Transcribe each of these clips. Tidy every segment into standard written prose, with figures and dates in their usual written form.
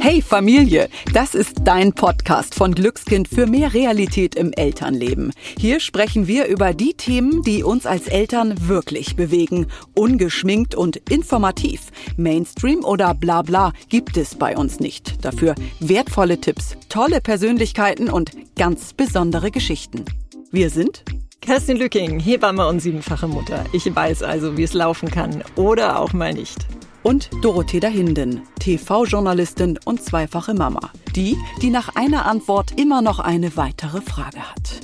Hey Familie, das ist dein Podcast von Glückskind für mehr Realität im Elternleben. Hier sprechen wir über die Themen, die uns als Eltern wirklich bewegen. Ungeschminkt und informativ. Mainstream oder Blabla gibt es bei uns nicht. Dafür wertvolle Tipps, tolle Persönlichkeiten und ganz besondere Geschichten. Wir sind Kerstin Lücking, Hebamme und siebenfache Mutter. Ich weiß also, wie es laufen kann oder auch mal nicht. und Dorothea Hinden, TV-Journalistin und zweifache Mama. Die nach einer Antwort immer noch eine weitere Frage hat.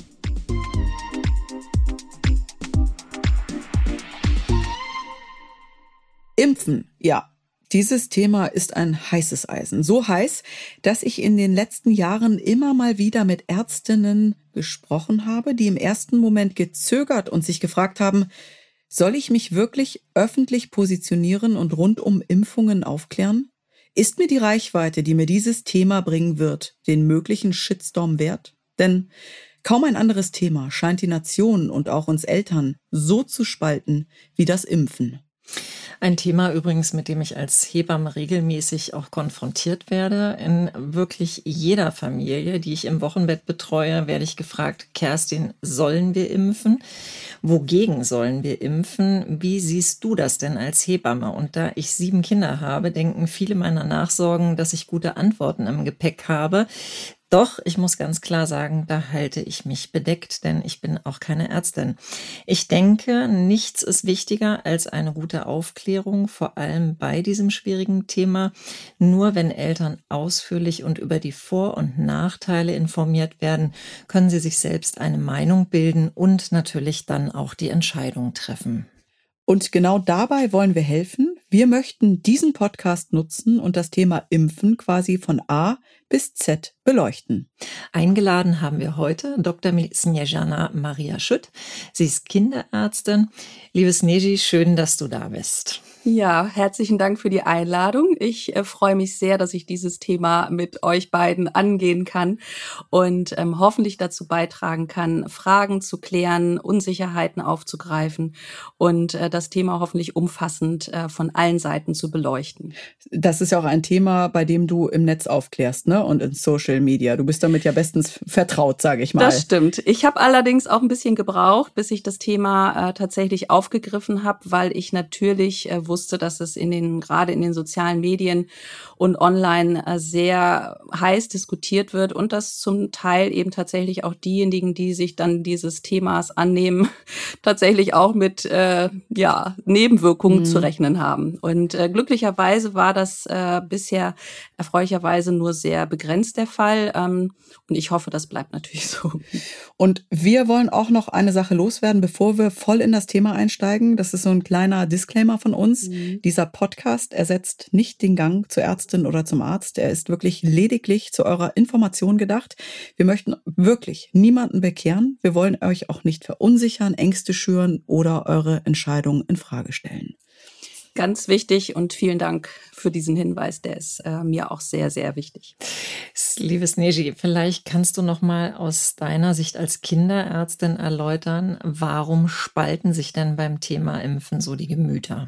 Impfen, ja. Dieses Thema ist ein heißes Eisen. So heiß, dass ich in den letzten Jahren immer mal wieder mit Ärztinnen gesprochen habe, die im ersten Moment gezögert und sich gefragt haben, soll ich mich wirklich öffentlich positionieren und rund um Impfungen aufklären? Ist mir die Reichweite, die mir dieses Thema bringen wird, den möglichen Shitstorm wert? Denn kaum ein anderes Thema scheint die Nation und auch uns Eltern so zu spalten wie das Impfen. Ein Thema übrigens, mit dem ich als Hebamme regelmäßig auch konfrontiert werde. In wirklich jeder Familie, die ich im Wochenbett betreue, werde ich gefragt, Kerstin, sollen wir impfen? Wogegen sollen wir impfen? Wie siehst du das denn als Hebamme? Und da ich 7 Kinder habe, denken viele meiner Nachsorgen, dass ich gute Antworten im Gepäck habe. Doch, ich muss ganz klar sagen, da halte ich mich bedeckt, denn ich bin auch keine Ärztin. Ich denke, nichts ist wichtiger als eine gute Aufklärung, vor allem bei diesem schwierigen Thema. Nur wenn Eltern ausführlich und über die Vor- und Nachteile informiert werden, können sie sich selbst eine Meinung bilden und natürlich dann auch die Entscheidung treffen. Und genau dabei wollen wir helfen. Wir möchten diesen Podcast nutzen und das Thema Impfen quasi von A bis Z beleuchten. Eingeladen haben wir heute Dr. Snježana Maria Schütt. Sie ist Kinderärztin. Liebe Sneži, schön, dass du da bist. Ja, herzlichen Dank für die Einladung. Ich freue mich sehr, dass ich dieses Thema mit euch beiden angehen kann und hoffentlich dazu beitragen kann, Fragen zu klären, Unsicherheiten aufzugreifen und das Thema hoffentlich umfassend von allen Seiten zu beleuchten. Das ist ja auch ein Thema, bei dem du im Netz aufklärst, ne? Und in Social Media. Du bist damit ja bestens vertraut, sage ich mal. Das stimmt. Ich habe allerdings auch ein bisschen gebraucht, bis ich das Thema tatsächlich aufgegriffen habe, weil ich natürlich wusste, dass es gerade in den sozialen Medien und online sehr heiß diskutiert wird und dass zum Teil eben tatsächlich auch diejenigen, die sich dann dieses Themas annehmen, tatsächlich auch mit Nebenwirkungen zu rechnen haben. Und glücklicherweise war das bisher erfreulicherweise nur sehr begrenzt der Fall. Und ich hoffe, das bleibt natürlich so. Und wir wollen auch noch eine Sache loswerden, bevor wir voll in das Thema einsteigen. Das ist so ein kleiner Disclaimer von uns. Dieser Podcast ersetzt nicht den Gang zur Ärztin oder zum Arzt. Er ist wirklich lediglich zu eurer Information gedacht. Wir möchten wirklich niemanden bekehren. Wir wollen euch auch nicht verunsichern, Ängste schüren oder eure Entscheidungen in Frage stellen. Ganz wichtig und vielen Dank für diesen Hinweis, der ist mir auch sehr, sehr wichtig. Liebe Sneži, vielleicht kannst du noch mal aus deiner Sicht als Kinderärztin erläutern, warum spalten sich denn beim Thema Impfen so die Gemüter?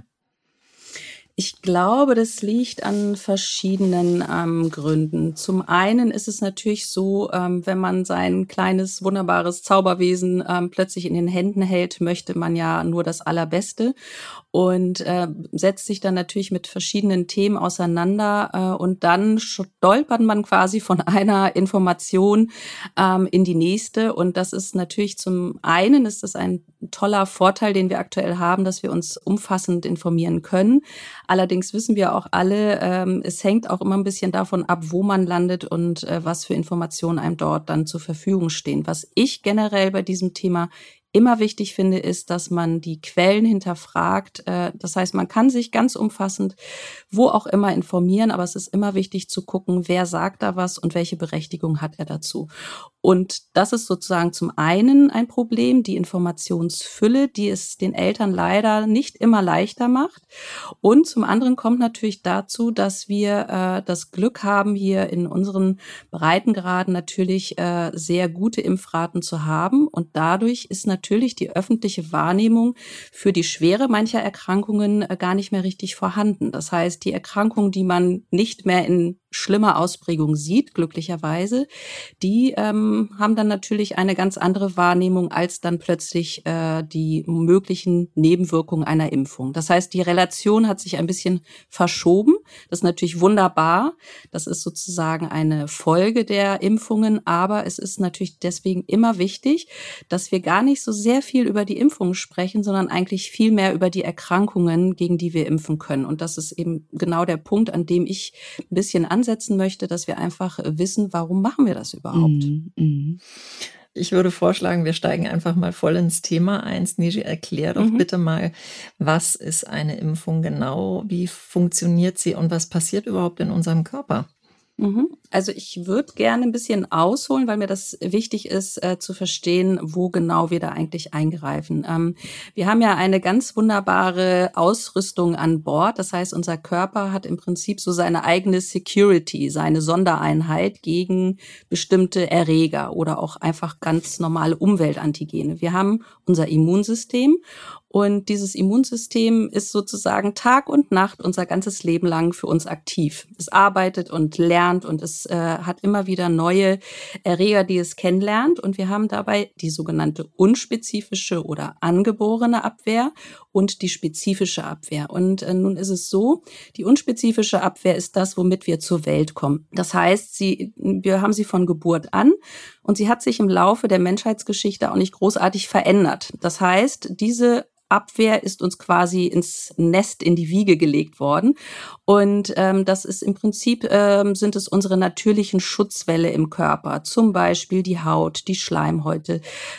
Ich glaube, das liegt an verschiedenen Gründen. Zum einen ist es natürlich so, wenn man sein kleines, wunderbares Zauberwesen plötzlich in den Händen hält, möchte man ja nur das Allerbeste und setzt sich dann natürlich mit verschiedenen Themen auseinander und dann stolpert man quasi von einer Information in die nächste. Und das ist natürlich zum einen ist das ein toller Vorteil, den wir aktuell haben, dass wir uns umfassend informieren können. Allerdings wissen wir auch alle, es hängt auch immer ein bisschen davon ab, wo man landet und was für Informationen einem dort dann zur Verfügung stehen. Was ich generell bei diesem Thema immer wichtig finde, ist, dass man die Quellen hinterfragt. Das heißt, man kann sich ganz umfassend wo auch immer informieren, aber es ist immer wichtig zu gucken, wer sagt da was und welche Berechtigung hat er dazu. Und das ist sozusagen zum einen ein Problem, die Informationsfülle, die es den Eltern leider nicht immer leichter macht. Und zum anderen kommt natürlich dazu, dass wir das Glück haben, hier in unseren Breitengraden natürlich sehr gute Impfraten zu haben. Und dadurch ist natürlich die öffentliche Wahrnehmung für die Schwere mancher Erkrankungen gar nicht mehr richtig vorhanden. Das heißt, die Erkrankungen, die man nicht mehr in schlimme Ausprägung sieht, glücklicherweise, die haben dann natürlich eine ganz andere Wahrnehmung als dann plötzlich die möglichen Nebenwirkungen einer Impfung. Das heißt, die Relation hat sich ein bisschen verschoben. Das ist natürlich wunderbar. Das ist sozusagen eine Folge der Impfungen, aber es ist natürlich deswegen immer wichtig, dass wir gar nicht so sehr viel über die Impfungen sprechen, sondern eigentlich viel mehr über die Erkrankungen, gegen die wir impfen können. Und das ist eben genau der Punkt, an dem ich ein bisschen ansetzen möchte, dass wir einfach wissen, warum machen wir das überhaupt? Ich würde vorschlagen, wir steigen einfach mal voll ins Thema ein. Snezhi, erklär doch bitte mal, was ist eine Impfung genau, wie funktioniert sie und was passiert überhaupt in unserem Körper? Also ich würde gerne ein bisschen ausholen, weil mir das wichtig ist, zu verstehen, wo genau wir da eigentlich eingreifen. Wir haben ja eine ganz wunderbare Ausrüstung an Bord. Das heißt, unser Körper hat im Prinzip so seine eigene Security, seine Sondereinheit gegen bestimmte Erreger oder auch einfach ganz normale Umweltantigene. Wir haben unser Immunsystem. Und dieses Immunsystem ist sozusagen Tag und Nacht unser ganzes Leben lang für uns aktiv. Es arbeitet und lernt und es hat immer wieder neue Erreger, die es kennenlernt. Und wir haben dabei die sogenannte unspezifische oder angeborene Abwehr und die spezifische Abwehr. Und nun ist es so, die unspezifische Abwehr ist das, womit wir zur Welt kommen. Das heißt, wir haben sie von Geburt an und sie hat sich im Laufe der Menschheitsgeschichte auch nicht großartig verändert. Das heißt, diese Abwehr ist uns quasi ins Nest, in die Wiege gelegt worden. Und das ist im Prinzip, sind es unsere natürlichen Schutzwälle im Körper. Zum Beispiel die Haut, die Schleimhäute.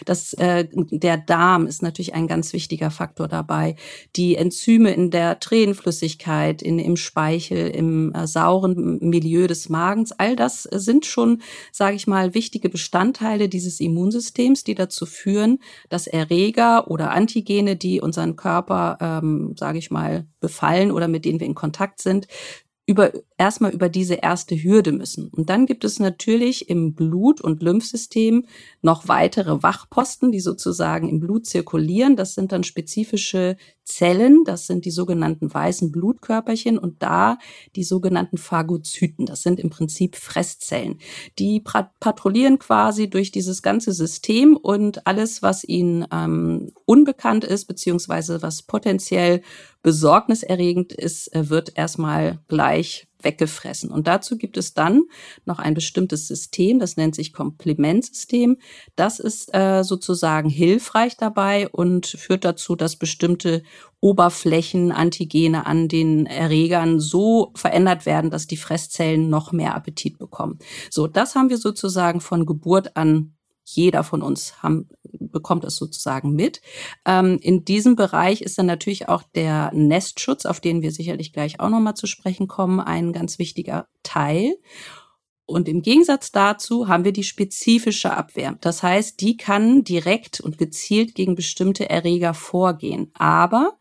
Der Darm ist natürlich ein ganz wichtiger Faktor dabei. Die Enzyme in der Tränenflüssigkeit, im Speichel, im sauren Milieu des Magens. All das sind schon, sage ich mal, wichtige Bestandteile dieses Immunsystems, die dazu führen, dass Erreger oder Antigene, die unseren Körper, sage ich mal, befallen oder mit denen wir in Kontakt sind, erstmal über diese erste Hürde müssen. Und dann gibt es natürlich im Blut- und Lymphsystem noch weitere Wachposten, die sozusagen im Blut zirkulieren. Das sind dann spezifische Zellen, das sind die sogenannten weißen Blutkörperchen und da die sogenannten Phagozyten. Das sind im Prinzip Fresszellen. Die patrouillieren quasi durch dieses ganze System und alles, was ihnen unbekannt ist, beziehungsweise was potenziell besorgniserregend ist, wird erstmal gleich weggefressen. Und dazu gibt es dann noch ein bestimmtes System, das nennt sich Komplementsystem. Das ist sozusagen hilfreich dabei und führt dazu, dass bestimmte Oberflächenantigene an den Erregern so verändert werden, dass die Fresszellen noch mehr Appetit bekommen. So, das haben wir sozusagen von Geburt an. Jeder von uns bekommt es sozusagen mit. In diesem Bereich ist dann natürlich auch der Nestschutz, auf den wir sicherlich gleich auch nochmal zu sprechen kommen, ein ganz wichtiger Teil. Und im Gegensatz dazu haben wir die spezifische Abwehr. Das heißt, die kann direkt und gezielt gegen bestimmte Erreger vorgehen. Aber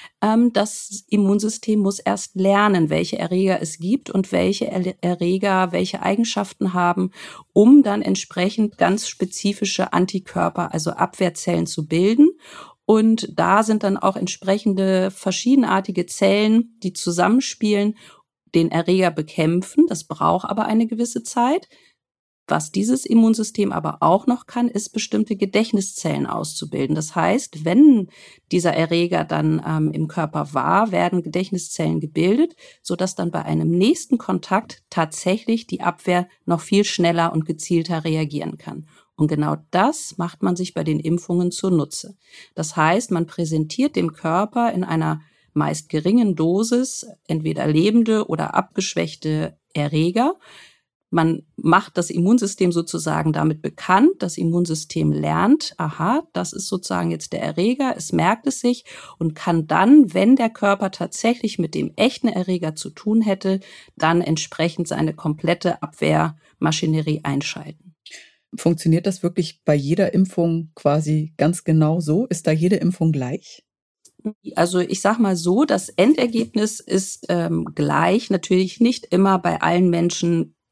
das Immunsystem muss erst lernen, welche Erreger es gibt und welche Erreger welche Eigenschaften haben, um dann entsprechend ganz spezifische Antikörper, also Abwehrzellen zu bilden. Und da sind dann auch entsprechende verschiedenartige Zellen, die zusammenspielen, den Erreger bekämpfen. Das braucht aber eine gewisse Zeit. Was dieses Immunsystem aber auch noch kann, ist bestimmte Gedächtniszellen auszubilden. Das heißt, wenn dieser Erreger dann im Körper war, werden Gedächtniszellen gebildet, sodass dann bei einem nächsten Kontakt tatsächlich die Abwehr noch viel schneller und gezielter reagieren kann. Und genau das macht man sich bei den Impfungen zunutze. Das heißt, man präsentiert dem Körper in einer meist geringen Dosis entweder lebende oder abgeschwächte Erreger. Man macht das Immunsystem sozusagen damit bekannt. Das Immunsystem lernt, aha, das ist sozusagen jetzt der Erreger, es merkt es sich und kann dann, wenn der Körper tatsächlich mit dem echten Erreger zu tun hätte, dann entsprechend seine komplette Abwehrmaschinerie einschalten. Funktioniert das wirklich bei jeder Impfung quasi ganz genau so? Ist da jede Impfung gleich? Also ich sag mal so, das Endergebnis ist gleich, natürlich nicht immer bei allen Menschen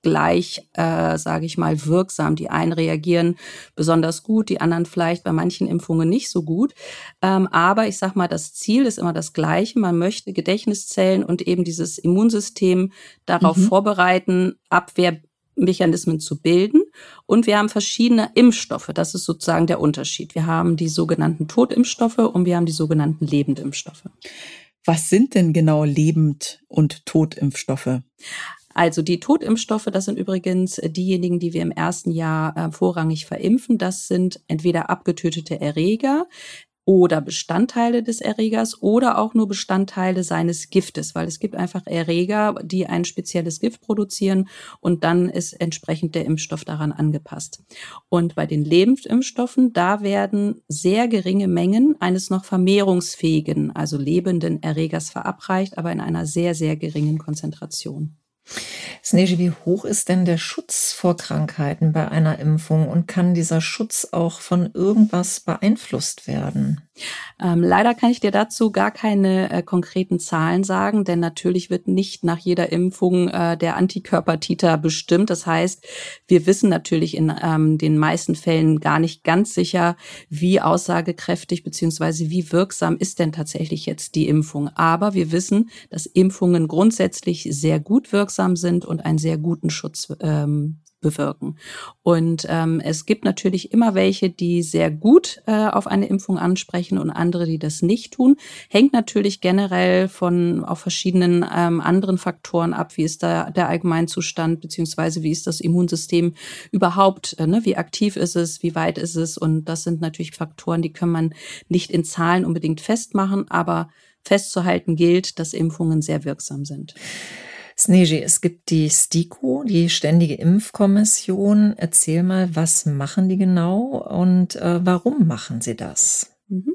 gleich, sage ich mal, wirksam. Die einen reagieren besonders gut, die anderen vielleicht bei manchen Impfungen nicht so gut. Aber ich sag mal, das Ziel ist immer das gleiche. Man möchte Gedächtniszellen und eben dieses Immunsystem darauf vorbereiten, Abwehrmechanismen zu bilden. Und wir haben verschiedene Impfstoffe. Das ist sozusagen der Unterschied. Wir haben die sogenannten Totimpfstoffe und wir haben die sogenannten Lebendimpfstoffe. Was sind denn genau Lebend- und Totimpfstoffe? Also die Totimpfstoffe, das sind übrigens diejenigen, die wir im ersten Jahr vorrangig verimpfen. Das sind entweder abgetötete Erreger oder Bestandteile des Erregers oder auch nur Bestandteile seines Giftes, weil es gibt einfach Erreger, die ein spezielles Gift produzieren und dann ist entsprechend der Impfstoff daran angepasst. Und bei den Lebendimpfstoffen, da werden sehr geringe Mengen eines noch vermehrungsfähigen, also lebenden Erregers verabreicht, aber in einer sehr, sehr geringen Konzentration. Sneži, wie hoch ist denn der Schutz vor Krankheiten bei einer Impfung und kann dieser Schutz auch von irgendwas beeinflusst werden? Leider kann ich dir dazu gar keine konkreten Zahlen sagen, denn natürlich wird nicht nach jeder Impfung der Antikörpertiter bestimmt. Das heißt, wir wissen natürlich in den meisten Fällen gar nicht ganz sicher, wie aussagekräftig bzw. wie wirksam ist denn tatsächlich jetzt die Impfung. Aber wir wissen, dass Impfungen grundsätzlich sehr gut wirksam sind und einen sehr guten Schutz bewirken. Und es gibt natürlich immer welche, die sehr gut auf eine Impfung ansprechen und andere, die das nicht tun. Hängt natürlich generell von auf verschiedenen anderen Faktoren ab. Wie ist da der Allgemeinzustand, beziehungsweise wie ist das Immunsystem überhaupt? Wie aktiv ist es? Wie weit ist es? Und das sind natürlich Faktoren, die kann man nicht in Zahlen unbedingt festmachen, aber festzuhalten gilt, dass Impfungen sehr wirksam sind. Sneži, es gibt die STIKO, die Ständige Impfkommission. Erzähl mal, was machen die genau und warum machen sie das?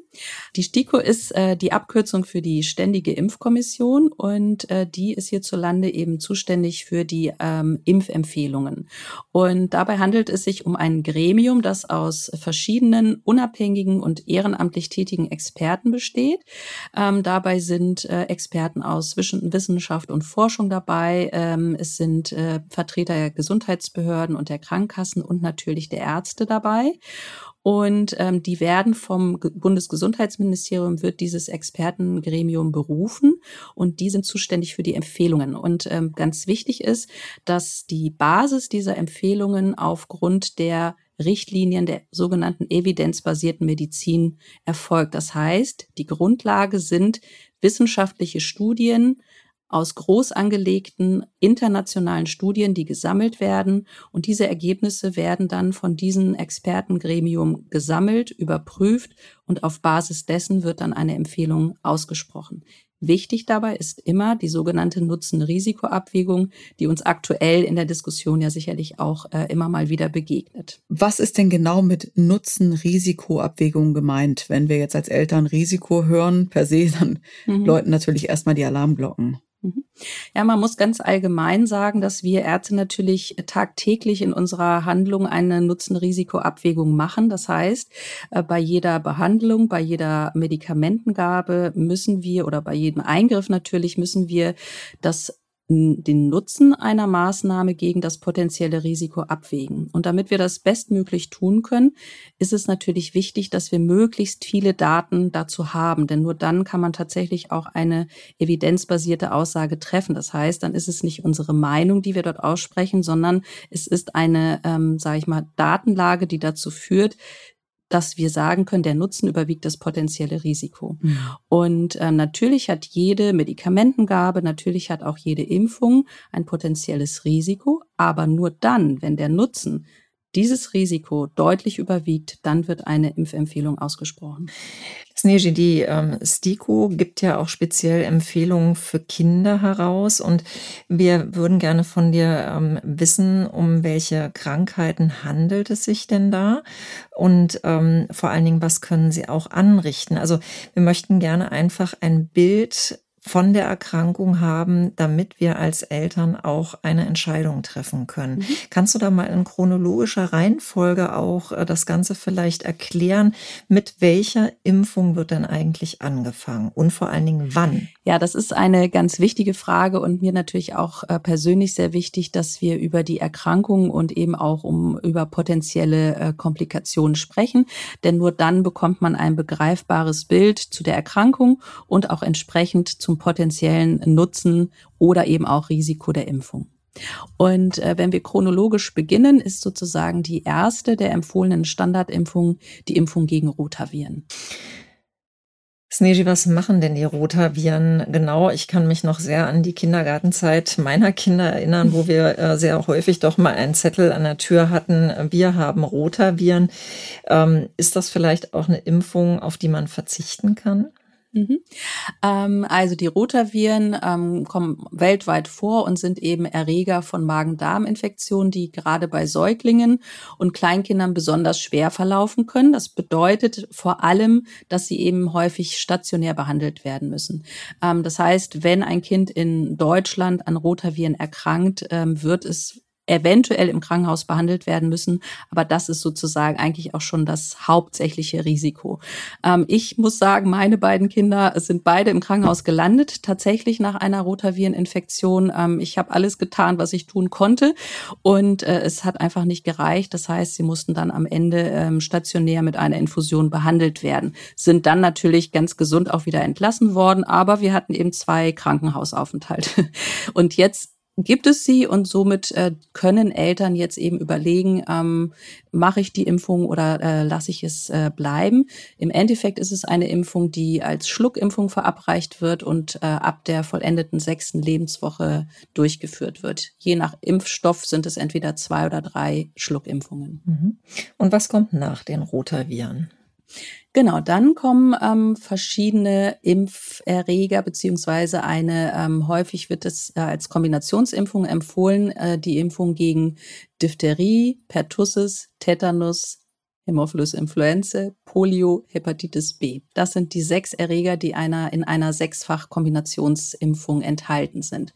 Die STIKO ist die Abkürzung für die Ständige Impfkommission und die ist hierzulande eben zuständig für die Impfempfehlungen. Und dabei handelt es sich um ein Gremium, das aus verschiedenen unabhängigen und ehrenamtlich tätigen Experten besteht. Dabei sind Experten aus Wissenschaft und Forschung dabei. Es sind Vertreter der Gesundheitsbehörden und der Krankenkassen und natürlich der Ärzte dabei. Und die werden vom Bundesgesundheitsministerium wird dieses Expertengremium berufen und die sind zuständig für die Empfehlungen. Und ganz wichtig ist, dass die Basis dieser Empfehlungen aufgrund der Richtlinien der sogenannten evidenzbasierten Medizin erfolgt. Das heißt, die Grundlage sind wissenschaftliche Studien aus groß angelegten internationalen Studien, die gesammelt werden. Und diese Ergebnisse werden dann von diesem Expertengremium gesammelt, überprüft und auf Basis dessen wird dann eine Empfehlung ausgesprochen. Wichtig dabei ist immer die sogenannte Nutzen-Risiko-Abwägung, die uns aktuell in der Diskussion ja sicherlich auch immer mal wieder begegnet. Was ist denn genau mit Nutzen-Risiko-Abwägung gemeint? Wenn wir jetzt als Eltern Risiko hören per se, dann läuten natürlich erstmal die Alarmglocken. Ja, man muss ganz allgemein sagen, dass wir Ärzte natürlich tagtäglich in unserer Handlung eine Nutzen-Risiko-Abwägung machen. Das heißt, bei jeder Behandlung, bei jeder Medikamentengabe müssen wir oder bei jedem Eingriff natürlich müssen wir den Nutzen einer Maßnahme gegen das potenzielle Risiko abwägen. Und damit wir das bestmöglich tun können, ist es natürlich wichtig, dass wir möglichst viele Daten dazu haben. Denn nur dann kann man tatsächlich auch eine evidenzbasierte Aussage treffen. Das heißt, dann ist es nicht unsere Meinung, die wir dort aussprechen, sondern es ist eine, Datenlage, die dazu führt, dass wir sagen können, der Nutzen überwiegt das potenzielle Risiko. Und natürlich hat jede Medikamentengabe, natürlich hat auch jede Impfung ein potenzielles Risiko, aber nur dann, wenn der Nutzen dieses Risiko deutlich überwiegt, dann wird eine Impfempfehlung ausgesprochen. Sneži, die STIKO gibt ja auch speziell Empfehlungen für Kinder heraus und wir würden gerne von dir wissen, um welche Krankheiten handelt es sich denn da und vor allen Dingen, was können sie auch anrichten? Also wir möchten gerne einfach ein Bild von der Erkrankung haben, damit wir als Eltern auch eine Entscheidung treffen können. Kannst du da mal in chronologischer Reihenfolge auch das Ganze vielleicht erklären, mit welcher Impfung wird denn eigentlich angefangen und vor allen Dingen wann? Ja, das ist eine ganz wichtige Frage und mir natürlich auch persönlich sehr wichtig, dass wir über die Erkrankung und eben auch über potenzielle Komplikationen sprechen. Denn nur dann bekommt man ein begreifbares Bild zu der Erkrankung und auch entsprechend zum potenziellen Nutzen oder eben auch Risiko der Impfung. Und wenn wir chronologisch beginnen, ist sozusagen die erste der empfohlenen Standardimpfungen die Impfung gegen Rotaviren. Sneji, was machen denn die Rotaviren genau? Ich kann mich noch sehr an die Kindergartenzeit meiner Kinder erinnern, wo wir sehr häufig doch mal einen Zettel an der Tür hatten, wir haben Rotaviren. Ist das vielleicht auch eine Impfung, auf die man verzichten kann? Also die Rotaviren kommen weltweit vor und sind eben Erreger von Magen-Darm-Infektionen, die gerade bei Säuglingen und Kleinkindern besonders schwer verlaufen können. Das bedeutet vor allem, dass sie eben häufig stationär behandelt werden müssen. Das heißt, wenn ein Kind in Deutschland an Rotaviren erkrankt, wird es eventuell im Krankenhaus behandelt werden müssen. Aber das ist sozusagen eigentlich auch schon das hauptsächliche Risiko. Ich muss sagen, meine beiden Kinder sind beide im Krankenhaus gelandet, tatsächlich nach einer Rotavireninfektion. Ich habe alles getan, was ich tun konnte. Und es hat einfach nicht gereicht. Das heißt, sie mussten dann am Ende stationär mit einer Infusion behandelt werden. Sind dann natürlich ganz gesund auch wieder entlassen worden. Aber wir hatten eben 2 Krankenhausaufenthalte. Und jetzt gibt es sie und somit können Eltern jetzt eben überlegen, mache ich die Impfung oder lasse ich es bleiben. Im Endeffekt ist es eine Impfung, die als Schluckimpfung verabreicht wird und ab der vollendeten 6. Lebenswoche durchgeführt wird. Je nach Impfstoff sind es entweder 2 oder 3 Schluckimpfungen. Und was kommt nach den Rotaviren? Genau, dann kommen verschiedene Impferreger beziehungsweise häufig wird es als Kombinationsimpfung empfohlen, die Impfung gegen Diphtherie, Pertussis, Tetanus, Haemophilus influenzae, Polio, Hepatitis B. Das sind die 6 Erreger, die in einer 6-fach Kombinationsimpfung enthalten sind.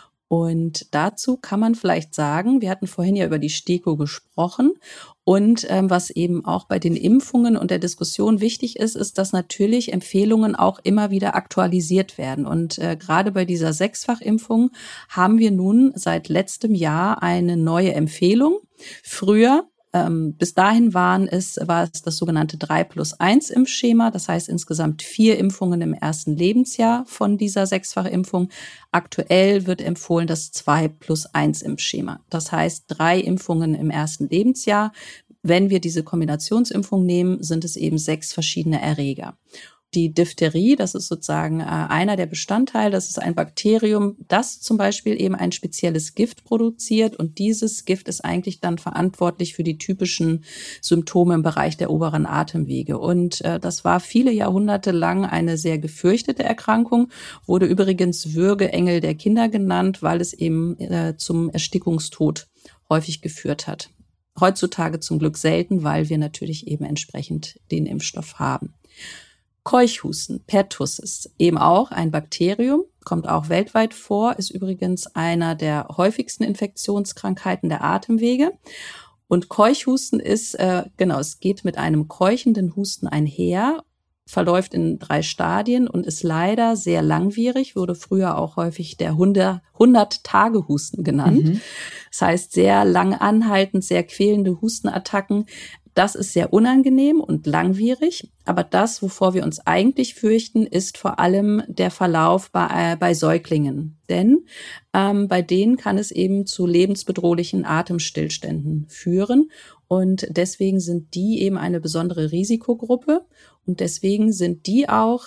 Und dazu kann man vielleicht sagen, wir hatten vorhin ja über die STIKO gesprochen und was eben auch bei den Impfungen und der Diskussion wichtig ist, ist, dass natürlich Empfehlungen auch immer wieder aktualisiert werden. Und gerade bei dieser 6-fach-Impfung haben wir nun seit letztem Jahr eine neue Empfehlung. Früher bis dahin war es das sogenannte 3+1-Impfschema. Das heißt insgesamt 4 Impfungen im ersten Lebensjahr von dieser 6-fach-Impfung. Aktuell wird empfohlen das 2+1-Impfschema. Das heißt 3 Impfungen im ersten Lebensjahr. Wenn wir diese Kombinationsimpfung nehmen, sind es eben 6 verschiedene Erreger. Die Diphtherie, das ist sozusagen einer der Bestandteile, das ist ein Bakterium, das zum Beispiel eben ein spezielles Gift produziert und dieses Gift ist eigentlich dann verantwortlich für die typischen Symptome im Bereich der oberen Atemwege. Und das war viele Jahrhunderte lang eine sehr gefürchtete Erkrankung, wurde übrigens Würgeengel der Kinder genannt, weil es eben zum Erstickungstod häufig geführt hat. Heutzutage zum Glück selten, weil wir natürlich eben entsprechend den Impfstoff haben. Keuchhusten, Pertussis, eben auch ein Bakterium, kommt auch weltweit vor, ist übrigens einer der häufigsten Infektionskrankheiten der Atemwege. Und Keuchhusten ist, es geht mit einem keuchenden Husten einher, verläuft in 3 Stadien und ist leider sehr langwierig, wurde früher auch häufig der 100-Tage-Husten genannt. Das heißt, sehr lang anhaltend, sehr quälende Hustenattacken. Das ist sehr unangenehm und langwierig, aber das, wovor wir uns eigentlich fürchten, ist vor allem der Verlauf bei Säuglingen. Denn bei denen kann es eben zu lebensbedrohlichen Atemstillständen führen und deswegen sind die eben eine besondere Risikogruppe und deswegen sind die auch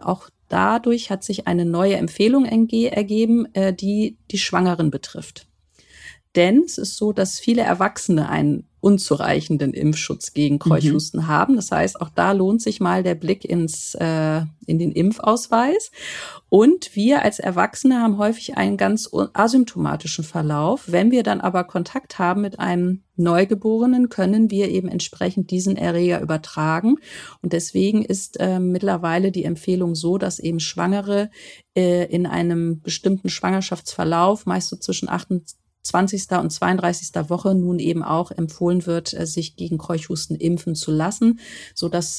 dadurch hat sich eine neue Empfehlung ergeben, die Schwangeren betrifft. Denn es ist so, dass viele Erwachsene einen unzureichenden Impfschutz gegen Keuchhusten haben. Das heißt, auch da lohnt sich mal der Blick in den Impfausweis. Und wir als Erwachsene haben häufig einen ganz asymptomatischen Verlauf. Wenn wir dann aber Kontakt haben mit einem Neugeborenen, können wir eben entsprechend diesen Erreger übertragen. Und deswegen ist mittlerweile die Empfehlung so, dass eben Schwangere in einem bestimmten Schwangerschaftsverlauf, meist so zwischen 28. und 32. Woche, nun eben auch empfohlen wird, sich gegen Keuchhusten impfen zu lassen, sodass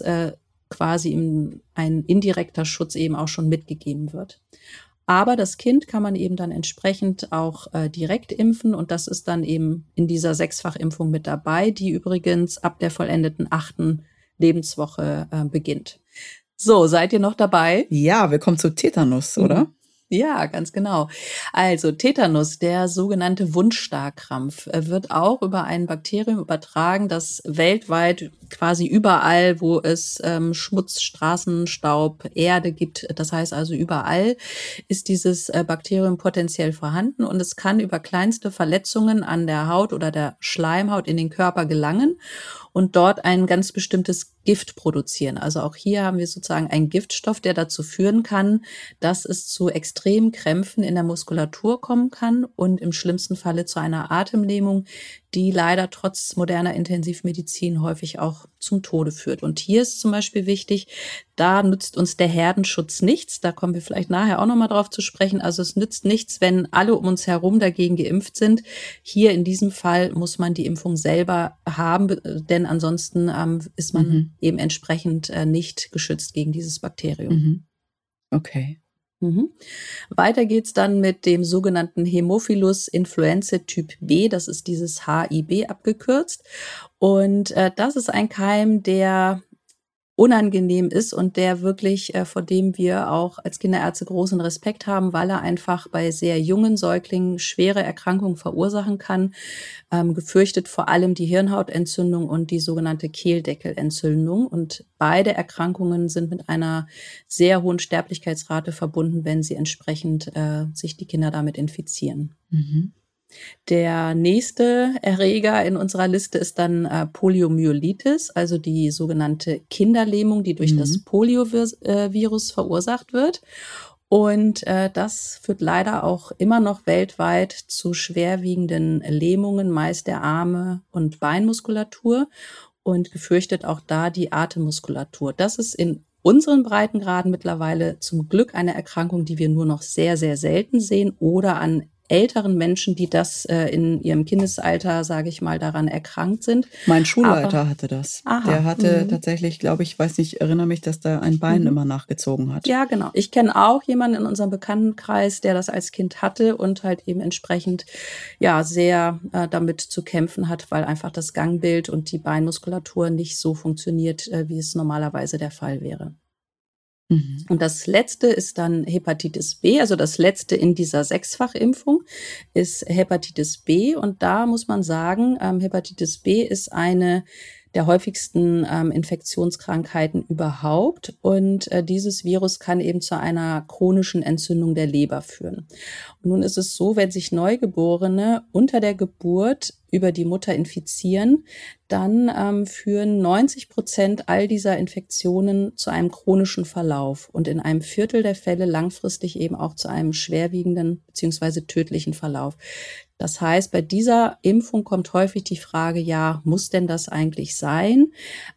quasi ein indirekter Schutz eben auch schon mitgegeben wird. Aber das Kind kann man eben dann entsprechend auch direkt impfen und das ist dann eben in dieser 6-fach-Impfung mit dabei, die übrigens ab der vollendeten 8. Lebenswoche beginnt. So, seid ihr noch dabei? Ja, wir kommen zu Tetanus, oder? Ja, ganz genau. Also Tetanus, der sogenannte Wundstarkrampf, wird auch über ein Bakterium übertragen, das weltweit quasi überall, wo es Schmutz, Straßen, Staub, Erde gibt, das heißt also überall, ist dieses Bakterium potenziell vorhanden und es kann über kleinste Verletzungen an der Haut oder der Schleimhaut in den Körper gelangen und dort ein ganz bestimmtes Gift produzieren. Also auch hier haben wir sozusagen einen Giftstoff, der dazu führen kann, dass es zu extremen Krämpfen in der Muskulatur kommen kann und im schlimmsten Falle zu einer Atemlähmung, die leider trotz moderner Intensivmedizin häufig auch zum Tode führt. Und hier ist zum Beispiel wichtig, da nützt uns der Herdenschutz nichts. Da kommen wir vielleicht nachher auch nochmal drauf zu sprechen. Also es nützt nichts, wenn alle um uns herum dagegen geimpft sind. Hier in diesem Fall muss man die Impfung selber haben, denn ansonsten ist man eben entsprechend nicht geschützt gegen dieses Bakterium. Okay. Weiter geht's dann mit dem sogenannten Hämophilus influenzae Typ B. Das ist dieses HIB abgekürzt. Und das ist ein Keim, der unangenehm ist und der wirklich, vor dem wir auch als Kinderärzte großen Respekt haben, weil er einfach bei sehr jungen Säuglingen schwere Erkrankungen verursachen kann. Gefürchtet vor allem die Hirnhautentzündung und die sogenannte Kehldeckelentzündung. Und beide Erkrankungen sind mit einer sehr hohen Sterblichkeitsrate verbunden, wenn sie entsprechend sich die Kinder damit infizieren. Der nächste Erreger in unserer Liste ist dann Poliomyelitis, also die sogenannte Kinderlähmung, die durch das Poliovirus verursacht wird. Und das führt leider auch immer noch weltweit zu schwerwiegenden Lähmungen, meist der Arme- und Beinmuskulatur und gefürchtet auch da die Atemmuskulatur. Das ist in unseren Breitengraden mittlerweile zum Glück eine Erkrankung, die wir nur noch sehr, sehr selten sehen oder an älteren Menschen, die das in ihrem Kindesalter, sage ich mal, daran erkrankt sind. Mein Schulleiter hatte das. Aha. Der hatte tatsächlich, glaube ich, weiß nicht, erinnere mich, dass da ein Bein immer nachgezogen hat. Ja, genau. Ich kenne auch jemanden in unserem Bekanntenkreis, der das als Kind hatte und halt eben entsprechend ja sehr damit zu kämpfen hat, weil einfach das Gangbild und die Beinmuskulatur nicht so funktioniert, wie es normalerweise der Fall wäre. Und das letzte ist dann Hepatitis B, also das letzte in dieser 6-fach-Impfung ist Hepatitis B. Und da muss man sagen, Hepatitis B ist eine der häufigsten Infektionskrankheiten überhaupt. Und dieses Virus kann eben zu einer chronischen Entzündung der Leber führen. Und nun ist es so, wenn sich Neugeborene unter der Geburt über die Mutter infizieren, dann führen 90% all dieser Infektionen zu einem chronischen Verlauf und in einem Viertel der Fälle langfristig eben auch zu einem schwerwiegenden bzw. tödlichen Verlauf. Das heißt, bei dieser Impfung kommt häufig die Frage, ja, muss denn das eigentlich sein?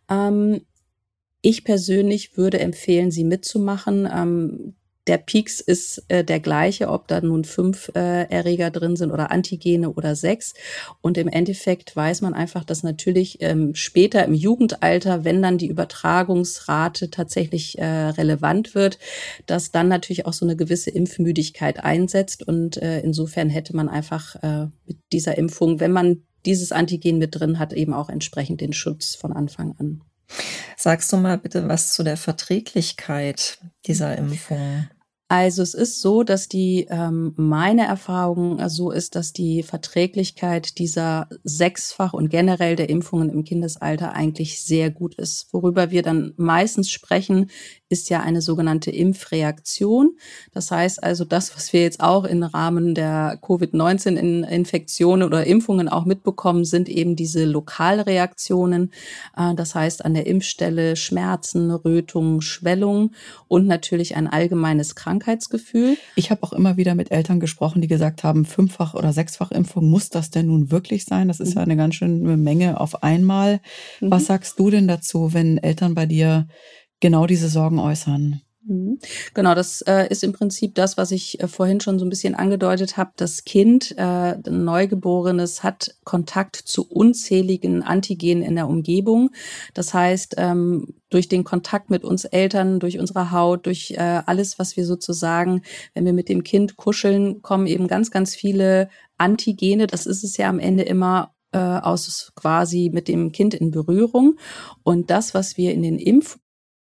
Ich persönlich würde empfehlen, sie mitzumachen. Der Peaks ist der gleiche, ob da nun 5 Erreger drin sind oder Antigene oder 6. Und im Endeffekt weiß man einfach, dass natürlich später im Jugendalter, wenn dann die Übertragungsrate tatsächlich relevant wird, dass dann natürlich auch so eine gewisse Impfmüdigkeit einsetzt. Und insofern hätte man einfach mit dieser Impfung, wenn man dieses Antigen mit drin hat, eben auch entsprechend den Schutz von Anfang an. Sagst du mal bitte was zu der Verträglichkeit dieser Impfung? Also es ist so, dass meine Erfahrung so ist, dass die Verträglichkeit dieser 6-fach und generell der Impfungen im Kindesalter eigentlich sehr gut ist. Worüber wir dann meistens sprechen, ist ja eine sogenannte Impfreaktion. Das heißt also, das, was wir jetzt auch im Rahmen der Covid-19-Infektionen oder Impfungen auch mitbekommen, sind eben diese Lokalreaktionen. Das heißt, an der Impfstelle Schmerzen, Rötung, Schwellung und natürlich ein allgemeines Krankheitsgefühl. Ich habe auch immer wieder mit Eltern gesprochen, die gesagt haben, 5-fach oder 6-fach Impfung, muss das denn nun wirklich sein? Das ist ja eine ganz schöne Menge auf einmal. Was sagst du denn dazu, wenn Eltern bei dir genau diese Sorgen äußern? Genau, das ist im Prinzip das, was ich vorhin schon so ein bisschen angedeutet habe. Das Kind, ein Neugeborenes, hat Kontakt zu unzähligen Antigenen in der Umgebung. Das heißt, durch den Kontakt mit uns Eltern, durch unsere Haut, durch alles, was wir sozusagen, wenn wir mit dem Kind kuscheln, kommen eben ganz, ganz viele Antigene. Das ist es ja am Ende immer aus quasi mit dem Kind in Berührung. Und das, was wir in den Impfungen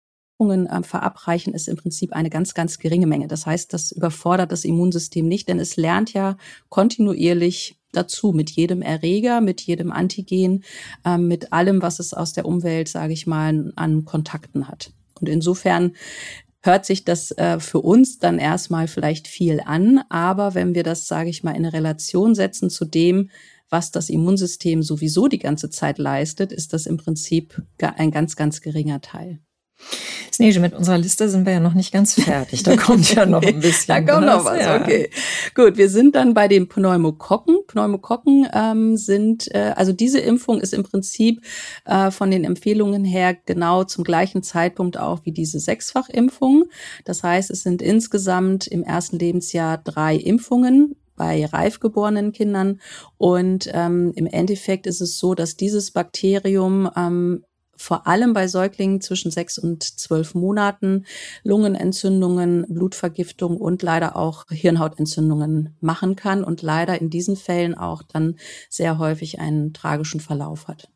verabreichen, ist im Prinzip eine ganz, ganz geringe Menge. Das heißt, das überfordert das Immunsystem nicht, denn es lernt ja kontinuierlich dazu, mit jedem Erreger, mit jedem Antigen, mit allem, was es aus der Umwelt, sage ich mal, an Kontakten hat. Und insofern hört sich das für uns dann erstmal vielleicht viel an, aber wenn wir das, sage ich mal, in eine Relation setzen zu dem, was das Immunsystem sowieso die ganze Zeit leistet, ist das im Prinzip ein ganz, ganz geringer Teil. Snehje, mit unserer Liste sind wir ja noch nicht ganz fertig. Da kommt ja noch ein bisschen. Da kommt noch was, ja. Okay. Gut, wir sind dann bei den Pneumokokken. Pneumokokken sind, also diese Impfung ist im Prinzip von den Empfehlungen her genau zum gleichen Zeitpunkt auch wie diese 6-fach-Impfung. Das heißt, es sind insgesamt im ersten Lebensjahr 3 Impfungen bei reif geborenen Kindern. Und im Endeffekt ist es so, dass dieses Bakterium vor allem bei Säuglingen zwischen 6 und 12 Monaten Lungenentzündungen, Blutvergiftung und leider auch Hirnhautentzündungen machen kann und leider in diesen Fällen auch dann sehr häufig einen tragischen Verlauf hat.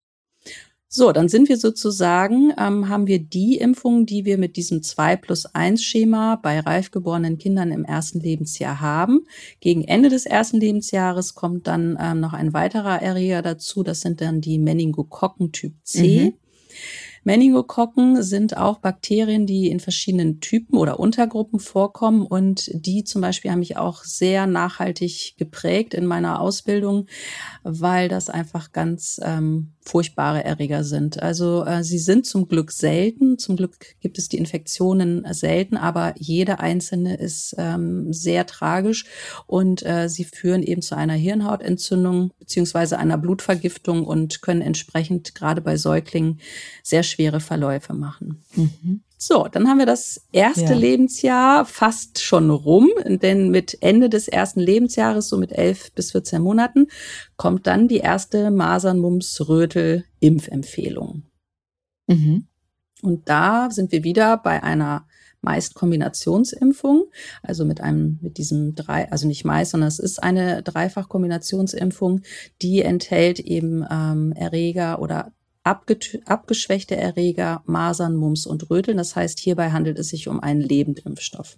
So, dann sind wir sozusagen, haben wir die Impfungen, die wir mit diesem 2+1-Schema bei reif geborenen Kindern im ersten Lebensjahr haben. Gegen Ende des ersten Lebensjahres kommt dann noch ein weiterer Erreger dazu. Das sind dann die Meningokokken Typ C. Meningokokken sind auch Bakterien, die in verschiedenen Typen oder Untergruppen vorkommen und die zum Beispiel haben mich auch sehr nachhaltig geprägt in meiner Ausbildung, weil das einfach ganz furchtbare Erreger sind. Also sie sind zum Glück selten, zum Glück gibt es die Infektionen selten, aber jede einzelne ist sehr tragisch und sie führen eben zu einer Hirnhautentzündung beziehungsweise einer Blutvergiftung und können entsprechend gerade bei Säuglingen sehr schwere Verläufe machen. So, dann haben wir das erste Lebensjahr fast schon rum, denn mit Ende des ersten Lebensjahres, so mit 11 bis 14 Monaten, kommt dann die erste Masern-Mumps-Rötel-Impfempfehlung. Und da sind wir wieder bei einer meist Kombinationsimpfung, also mit diesem also nicht meist, sondern es ist eine Dreifach-Kombinationsimpfung, die enthält eben Erreger oder abgeschwächte Erreger, Masern, Mumps und Röteln. Das heißt, hierbei handelt es sich um einen Lebendimpfstoff.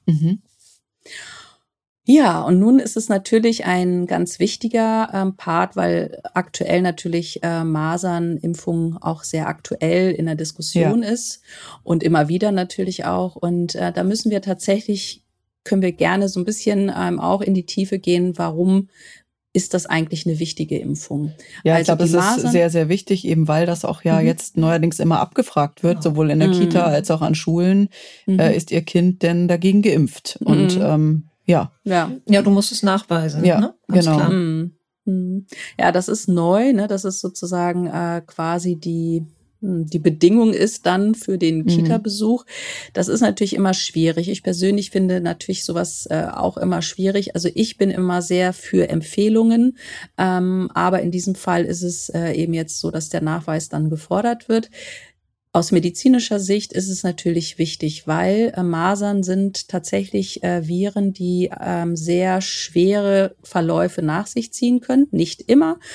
Ja, und nun ist es natürlich ein ganz wichtiger Part, weil aktuell natürlich Masernimpfung auch sehr aktuell in der Diskussion ist und immer wieder natürlich auch. Und da müssen wir tatsächlich, können wir gerne so ein bisschen auch in die Tiefe gehen, warum ist das eigentlich eine wichtige Impfung? Ja, also ich glaube, es ist sehr, sehr wichtig, eben weil das auch jetzt neuerdings immer abgefragt wird, sowohl in der Kita als auch an Schulen. Ist Ihr Kind denn dagegen geimpft? Und ja, du musst es nachweisen. Ja, ne? Ganz genau. klar. Ja, das ist neu, ne? Das ist sozusagen quasi die Bedingung ist dann für den Kita-Besuch. Das ist natürlich immer schwierig. Ich persönlich finde natürlich sowas auch immer schwierig. Also ich bin immer sehr für Empfehlungen, aber in diesem Fall ist es eben jetzt so, dass der Nachweis dann gefordert wird. Aus medizinischer Sicht ist es natürlich wichtig, weil Masern sind tatsächlich Viren, die sehr schwere Verläufe nach sich ziehen können. Nicht immer.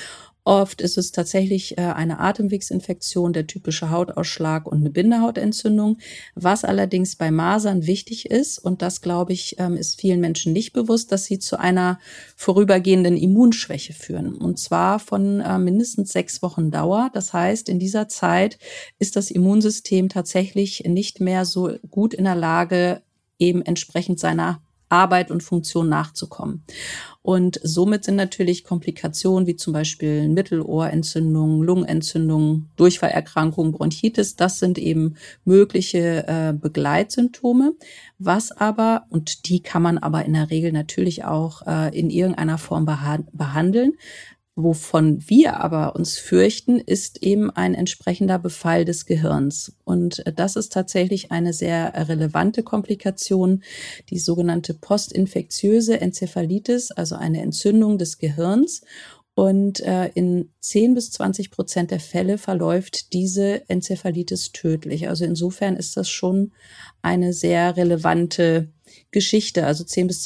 Oft ist es tatsächlich eine Atemwegsinfektion, der typische Hautausschlag und eine Bindehautentzündung. Was allerdings bei Masern wichtig ist, und das, glaube ich, ist vielen Menschen nicht bewusst, dass sie zu einer vorübergehenden Immunschwäche führen. Und zwar von mindestens 6 Wochen Dauer. Das heißt, in dieser Zeit ist das Immunsystem tatsächlich nicht mehr so gut in der Lage, eben entsprechend seiner Arbeit und Funktion nachzukommen. Und somit sind natürlich Komplikationen wie zum Beispiel Mittelohrentzündung, Lungenentzündung, Durchfallerkrankungen, Bronchitis, das sind eben mögliche Begleitsymptome. Was aber, und die kann man aber in der Regel natürlich auch in irgendeiner Form behandeln. Wovon wir aber uns fürchten, ist eben ein entsprechender Befall des Gehirns. Und das ist tatsächlich eine sehr relevante Komplikation, die sogenannte postinfektiöse Enzephalitis, also eine Entzündung des Gehirns. Und in 10-20% der Fälle verläuft diese Enzephalitis tödlich. Also insofern ist das schon eine sehr relevante Geschichte. Also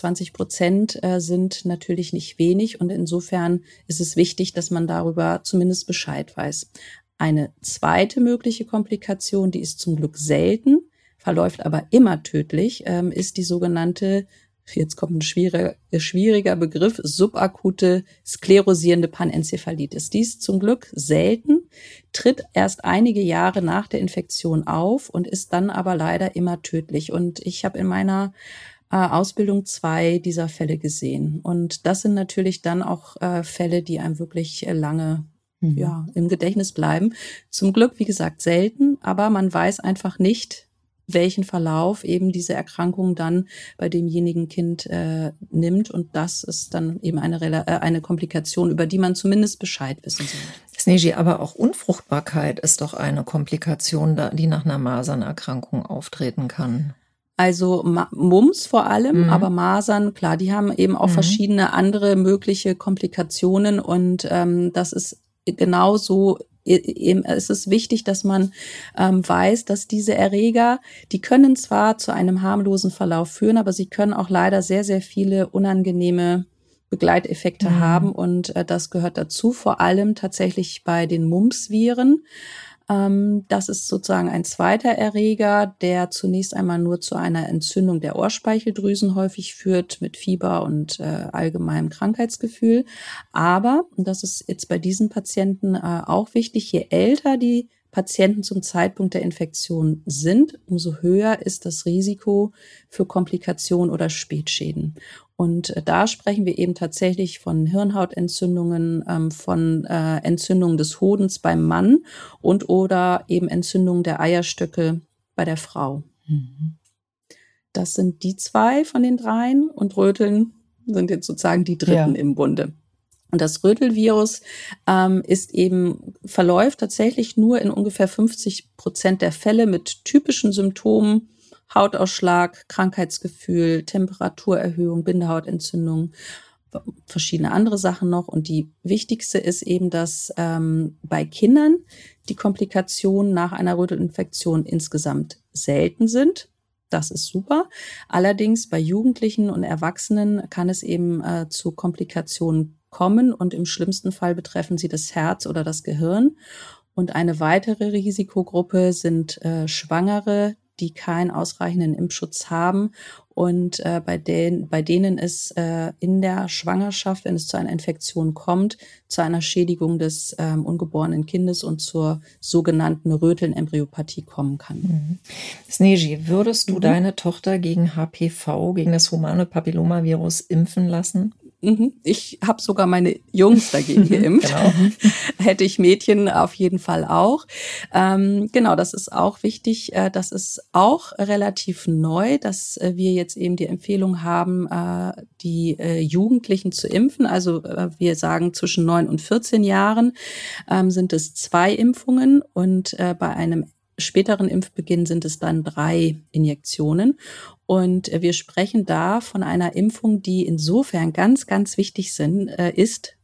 10-20% sind natürlich nicht wenig. Und insofern ist es wichtig, dass man darüber zumindest Bescheid weiß. Eine zweite mögliche Komplikation, die ist zum Glück selten, verläuft aber immer tödlich, ist die sogenannte, jetzt kommt ein schwieriger Begriff, subakute sklerosierende Panenzephalitis. Die ist zum Glück selten, tritt erst einige Jahre nach der Infektion auf und ist dann aber leider immer tödlich. Und ich habe in meiner Ausbildung 2 dieser Fälle gesehen. Und das sind natürlich dann auch Fälle, die einem wirklich lange im Gedächtnis bleiben. Zum Glück, wie gesagt, selten, aber man weiß einfach nicht, welchen Verlauf eben diese Erkrankung dann bei demjenigen Kind nimmt. Und das ist dann eben eine Komplikation, über die man zumindest Bescheid wissen soll. Sneji, aber auch Unfruchtbarkeit ist doch eine Komplikation, die nach einer Masernerkrankung auftreten kann. Also Mumps vor allem, aber Masern, klar, die haben eben auch verschiedene andere mögliche Komplikationen. Und das ist genauso. Es ist wichtig, dass man weiß, dass diese Erreger, die können zwar zu einem harmlosen Verlauf führen, aber sie können auch leider sehr, sehr viele unangenehme Begleiteffekte haben. Und das gehört dazu, vor allem tatsächlich bei den Mumps-Viren. Das ist sozusagen ein zweiter Erreger, der zunächst einmal nur zu einer Entzündung der Ohrspeicheldrüsen häufig führt, mit Fieber und allgemeinem Krankheitsgefühl. Aber, und das ist jetzt bei diesen Patienten auch wichtig, je älter die Patienten zum Zeitpunkt der Infektion sind, umso höher ist das Risiko für Komplikationen oder Spätschäden. Und da sprechen wir eben tatsächlich von Hirnhautentzündungen, von Entzündungen des Hodens beim Mann und oder eben Entzündungen der Eierstöcke bei der Frau. Das sind die 2 von den 3 und Röteln sind jetzt sozusagen die dritten im Bunde. Und das Rötelvirus verläuft tatsächlich nur in ungefähr 50% der Fälle mit typischen Symptomen: Hautausschlag, Krankheitsgefühl, Temperaturerhöhung, Bindehautentzündung, verschiedene andere Sachen noch. Und die wichtigste ist eben, dass bei Kindern die Komplikationen nach einer Rötelinfektion insgesamt selten sind. Das ist super. Allerdings bei Jugendlichen und Erwachsenen kann es eben zu Komplikationen kommen und im schlimmsten Fall betreffen sie das Herz oder das Gehirn. Und eine weitere Risikogruppe sind Schwangere, die keinen ausreichenden Impfschutz haben und bei denen es in der Schwangerschaft, wenn es zu einer Infektion kommt, zu einer Schädigung des ungeborenen Kindes und zur sogenannten Rötelnembryopathie kommen kann. Sneji, würdest du deine Tochter gegen HPV, gegen das humane Papillomavirus, impfen lassen? Ich habe sogar meine Jungs dagegen geimpft. Genau. Hätte ich Mädchen auf jeden Fall auch. Genau, das ist auch wichtig. Das ist auch relativ neu, dass wir jetzt eben die Empfehlung haben, die Jugendlichen zu impfen. Also wir sagen, zwischen 9 und 14 Jahren sind es 2 Impfungen und bei einem späteren Impfbeginn sind es dann 3 Injektionen. Und wir sprechen da von einer Impfung, die insofern ganz, ganz wichtig ist,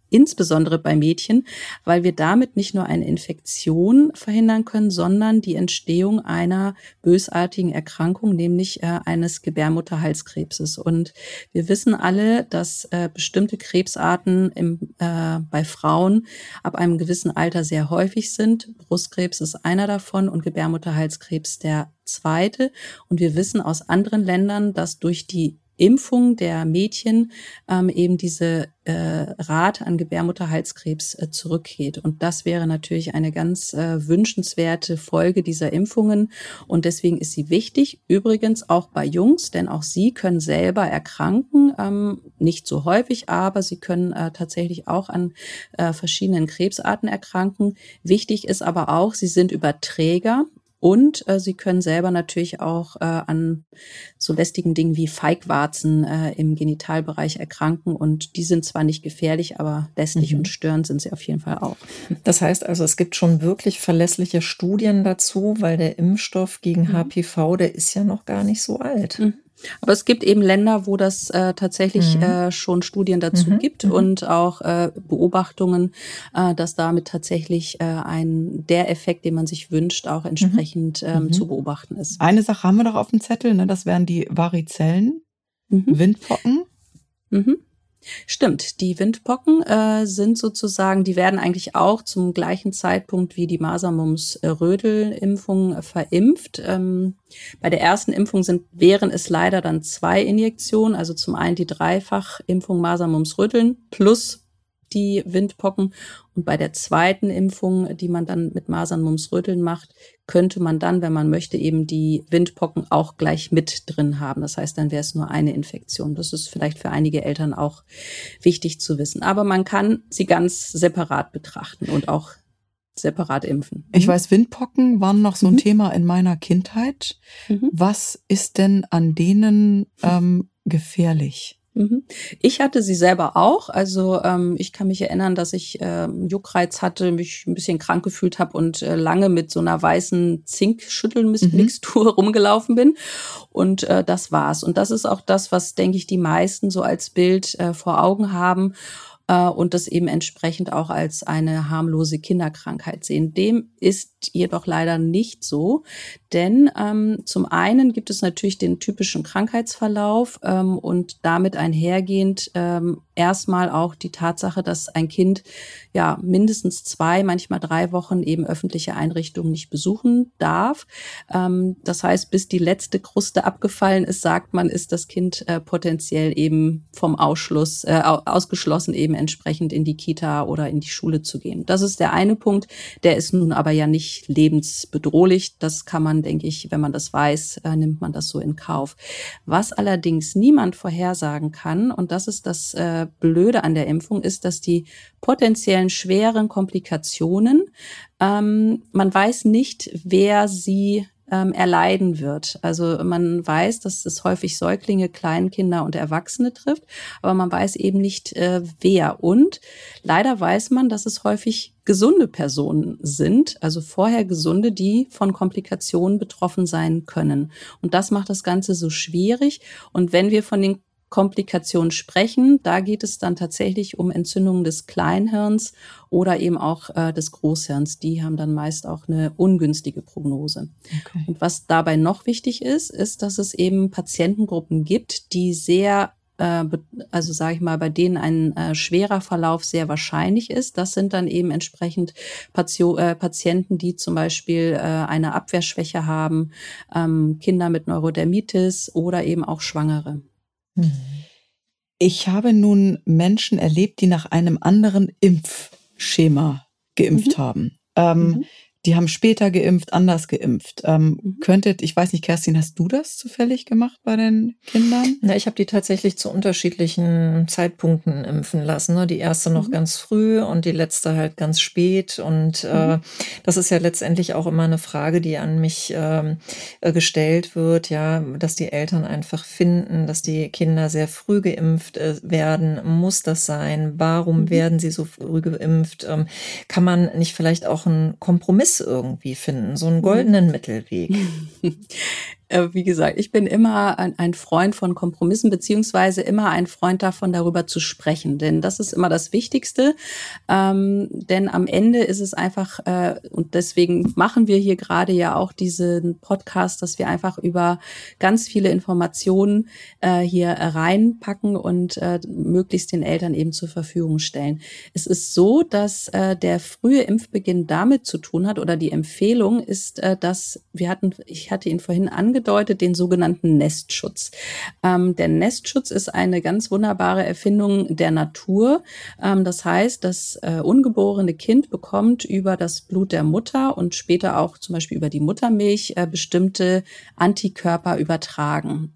insbesondere bei Mädchen, weil wir damit nicht nur eine Infektion verhindern können, sondern die Entstehung einer bösartigen Erkrankung, nämlich eines Gebärmutterhalskrebses. Und wir wissen alle, dass bestimmte Krebsarten bei Frauen ab einem gewissen Alter sehr häufig sind. Brustkrebs ist einer davon und Gebärmutterhalskrebs der zweite. Und wir wissen aus anderen Ländern, dass durch die Impfung der Mädchen eben diese Rate an Gebärmutterhalskrebs zurückgeht. Und das wäre natürlich eine ganz wünschenswerte Folge dieser Impfungen. Und deswegen ist sie wichtig, übrigens auch bei Jungs, denn auch sie können selber erkranken, nicht so häufig, aber sie können tatsächlich auch an verschiedenen Krebsarten erkranken. Wichtig ist aber auch, sie sind Überträger. Und sie können selber natürlich auch an so lästigen Dingen wie Feigwarzen im Genitalbereich erkranken. Und die sind zwar nicht gefährlich, aber lästig und störend sind sie auf jeden Fall auch. Das heißt also, es gibt schon wirklich verlässliche Studien dazu, weil der Impfstoff gegen HPV, der ist ja noch gar nicht so alt. Aber es gibt eben Länder, wo das tatsächlich schon Studien dazu gibt und auch Beobachtungen, dass damit tatsächlich der Effekt, den man sich wünscht, auch entsprechend zu beobachten ist. Eine Sache haben wir noch auf dem Zettel, ne? Das wären die Varizellen, Windpocken. Stimmt, die Windpocken sind sozusagen, die werden eigentlich auch zum gleichen Zeitpunkt wie die Masern-Mumps-Rödel-Impfung verimpft. Bei der ersten Impfung wären es leider dann 2 Injektionen, also zum einen die Dreifachimpfung Masern-Mumps-Rödeln plus die Windpocken. Und bei der zweiten Impfung, die man dann mit Masern-Mumps-Röteln macht, könnte man dann, wenn man möchte, eben die Windpocken auch gleich mit drin haben. Das heißt, dann wäre es nur eine Infektion. Das ist vielleicht für einige Eltern auch wichtig zu wissen. Aber man kann sie ganz separat betrachten und auch separat impfen. Ich weiß, Windpocken waren noch so ein Thema in meiner Kindheit. Was ist denn an denen gefährlich? Ich hatte sie selber auch. Also ich kann mich erinnern, dass ich Juckreiz hatte, mich ein bisschen krank gefühlt habe und lange mit so einer weißen Zinkschüttelmixtur rumgelaufen bin. Und das war's. Und das ist auch das, was, denke ich, die meisten so als Bild vor Augen haben. Und das eben entsprechend auch als eine harmlose Kinderkrankheit sehen. Dem ist jedoch leider nicht so, denn zum einen gibt es natürlich den typischen Krankheitsverlauf und damit einhergehend erstmal auch die Tatsache, dass ein Kind ja mindestens 2, manchmal 3 Wochen eben öffentliche Einrichtungen nicht besuchen darf. Das heißt, bis die letzte Kruste abgefallen ist, sagt man, ist das Kind potenziell eben vom ausgeschlossen, eben entsprechend in die Kita oder in die Schule zu gehen. Das ist der eine Punkt, der ist nun aber ja nicht lebensbedrohlich. Das kann man, denke ich, wenn man das weiß, nimmt man das so in Kauf. Was allerdings niemand vorhersagen kann, und das ist das Blöde an der Impfung, ist, dass die potenziellen schweren Komplikationen, man weiß nicht, wer sie erleiden wird. Also man weiß, dass es häufig Säuglinge, Kleinkinder und Erwachsene trifft, aber man weiß eben nicht, wer. Und leider weiß man, dass es häufig gesunde Personen sind, also vorher gesunde, die von Komplikationen betroffen sein können. Und das macht das Ganze so schwierig. Und wenn wir von den Komplikationen sprechen, da geht es dann tatsächlich um Entzündungen des Kleinhirns oder eben auch des Großhirns. Die haben dann meist auch eine ungünstige Prognose. Okay. Und was dabei noch wichtig ist, ist, dass es eben Patientengruppen gibt, die sehr also sage ich mal, bei denen ein schwerer Verlauf sehr wahrscheinlich ist. Das sind dann eben entsprechend Patienten, die zum Beispiel eine Abwehrschwäche haben, Kinder mit Neurodermitis oder eben auch Schwangere. Ich habe nun Menschen erlebt, die nach einem anderen Impfschema geimpft haben. Die haben später geimpft, anders geimpft. Ich weiß nicht, Kerstin, hast du das zufällig gemacht bei den Kindern? Na, ich habe die tatsächlich zu unterschiedlichen Zeitpunkten impfen lassen. Ne? Die erste noch ganz früh und die letzte halt ganz spät. Und das ist ja letztendlich auch immer eine Frage, die an mich gestellt wird, ja, dass die Eltern einfach finden, dass die Kinder sehr früh geimpft werden. Muss das sein? Warum werden sie so früh geimpft? Kann man nicht vielleicht auch einen Kompromiss irgendwie finden, so einen goldenen Mittelweg? Wie gesagt, ich bin immer ein Freund von Kompromissen, beziehungsweise immer ein Freund davon, darüber zu sprechen. Denn das ist immer das Wichtigste. Denn am Ende ist es einfach, und deswegen machen wir hier gerade ja auch diesen Podcast, dass wir einfach über ganz viele Informationen hier reinpacken und möglichst den Eltern eben zur Verfügung stellen. Es ist so, dass der frühe Impfbeginn damit zu tun hat, oder die Empfehlung ist, dass ich hatte ihn vorhin angedeutet, den sogenannten Nestschutz. Der Nestschutz ist eine ganz wunderbare Erfindung der Natur. Das heißt, das ungeborene Kind bekommt über das Blut der Mutter und später auch zum Beispiel über die Muttermilch bestimmte Antikörper übertragen.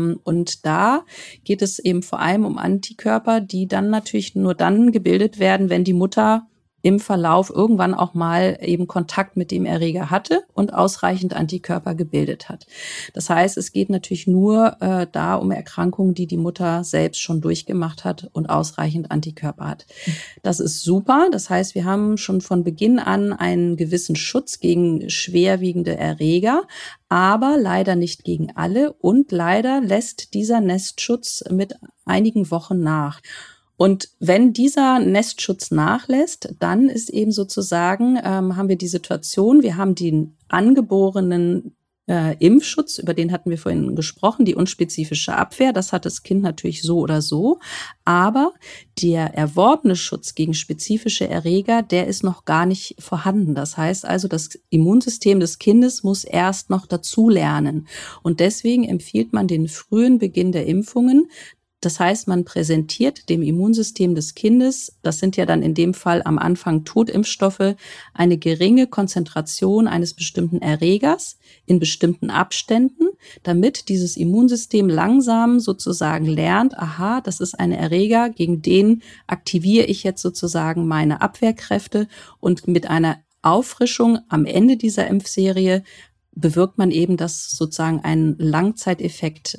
Und da geht es eben vor allem um Antikörper, die dann natürlich nur dann gebildet werden, wenn die Mutter im Verlauf irgendwann auch mal eben Kontakt mit dem Erreger hatte und ausreichend Antikörper gebildet hat. Das heißt, es geht natürlich nur da um Erkrankungen, die die Mutter selbst schon durchgemacht hat und ausreichend Antikörper hat. Das ist super. Das heißt, wir haben schon von Beginn an einen gewissen Schutz gegen schwerwiegende Erreger, aber leider nicht gegen alle. Und leider lässt dieser Nestschutz mit einigen Wochen nach. Und wenn dieser Nestschutz nachlässt, dann ist eben sozusagen, haben wir die Situation, wir haben den angeborenen Impfschutz, über den hatten wir vorhin gesprochen, die unspezifische Abwehr, das hat das Kind natürlich so oder so, aber der erworbene Schutz gegen spezifische Erreger, der ist noch gar nicht vorhanden. Das heißt also, das Immunsystem des Kindes muss erst noch dazulernen. Und deswegen empfiehlt man den frühen Beginn der Impfungen. Das heißt, man präsentiert dem Immunsystem des Kindes, das sind ja dann in dem Fall am Anfang Totimpfstoffe, eine geringe Konzentration eines bestimmten Erregers in bestimmten Abständen, damit dieses Immunsystem langsam sozusagen lernt, aha, das ist ein Erreger, gegen den aktiviere ich jetzt sozusagen meine Abwehrkräfte, und mit einer Auffrischung am Ende dieser Impfserie bewirkt man eben, dass sozusagen ein Langzeiteffekt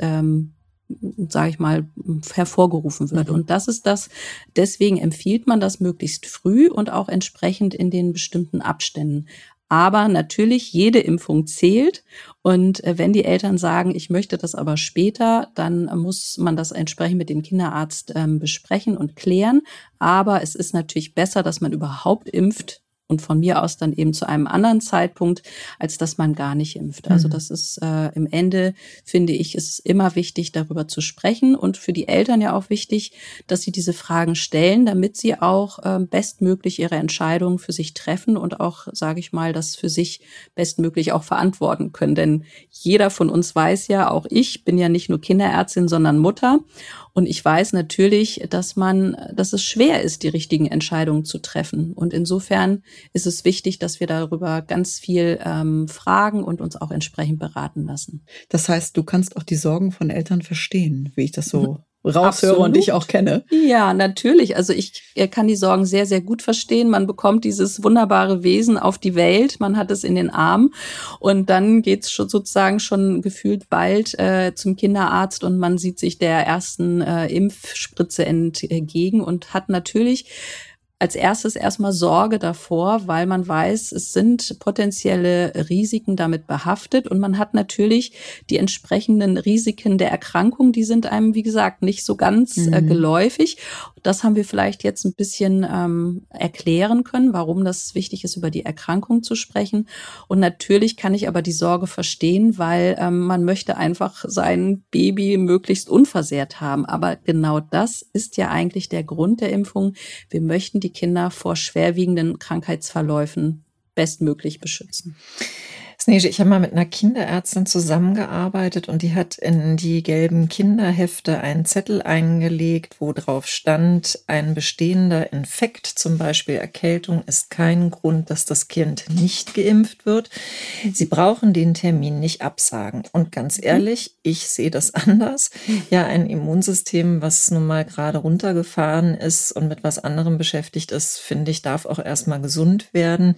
sage ich mal, hervorgerufen wird. Und das ist das, deswegen empfiehlt man das möglichst früh und auch entsprechend in den bestimmten Abständen. Aber natürlich, jede Impfung zählt. Und wenn die Eltern sagen, ich möchte das aber später, dann muss man das entsprechend mit dem Kinderarzt besprechen und klären. Aber es ist natürlich besser, dass man überhaupt impft, und von mir aus dann eben zu einem anderen Zeitpunkt, als dass man gar nicht impft. Also das ist im Ende, finde ich, ist immer wichtig, darüber zu sprechen, und für die Eltern ja auch wichtig, dass sie diese Fragen stellen, damit sie auch bestmöglich ihre Entscheidungen für sich treffen und auch, sage ich mal, das für sich bestmöglich auch verantworten können. Denn jeder von uns weiß ja, auch ich bin ja nicht nur Kinderärztin, sondern Mutter. Und ich weiß natürlich, dass es schwer ist, die richtigen Entscheidungen zu treffen. Und insofern ist es wichtig, dass wir darüber ganz viel fragen und uns auch entsprechend beraten lassen. Das heißt, du kannst auch die Sorgen von Eltern verstehen, wie ich das so raushöre. Absolut. Und dich auch kenne. Ja, natürlich. Also ich kann die Sorgen sehr, sehr gut verstehen. Man bekommt dieses wunderbare Wesen auf die Welt, man hat es in den Armen, und dann geht's schon sozusagen schon gefühlt bald zum Kinderarzt und man sieht sich der ersten Impfspritze entgegen und hat natürlich als erstes erstmal Sorge davor, weil man weiß, es sind potenzielle Risiken damit behaftet, und man hat natürlich die entsprechenden Risiken der Erkrankung, die sind einem, wie gesagt, nicht so ganz geläufig. Das haben wir vielleicht jetzt ein bisschen erklären können, warum das wichtig ist, über die Erkrankung zu sprechen. Und natürlich kann ich aber die Sorge verstehen, weil man möchte einfach sein Baby möglichst unversehrt haben. Aber genau das ist ja eigentlich der Grund der Impfung. Wir möchten die Kinder vor schwerwiegenden Krankheitsverläufen bestmöglich beschützen. Sneje, ich habe mal mit einer Kinderärztin zusammengearbeitet und die hat in die gelben Kinderhefte einen Zettel eingelegt, wo drauf stand, ein bestehender Infekt, zum Beispiel Erkältung, ist kein Grund, dass das Kind nicht geimpft wird. Sie brauchen den Termin nicht absagen. Und ganz ehrlich, ich sehe das anders. Ja, ein Immunsystem, was nun mal gerade runtergefahren ist und mit was anderem beschäftigt ist, finde ich, darf auch erstmal gesund werden.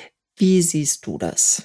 Wie siehst du das?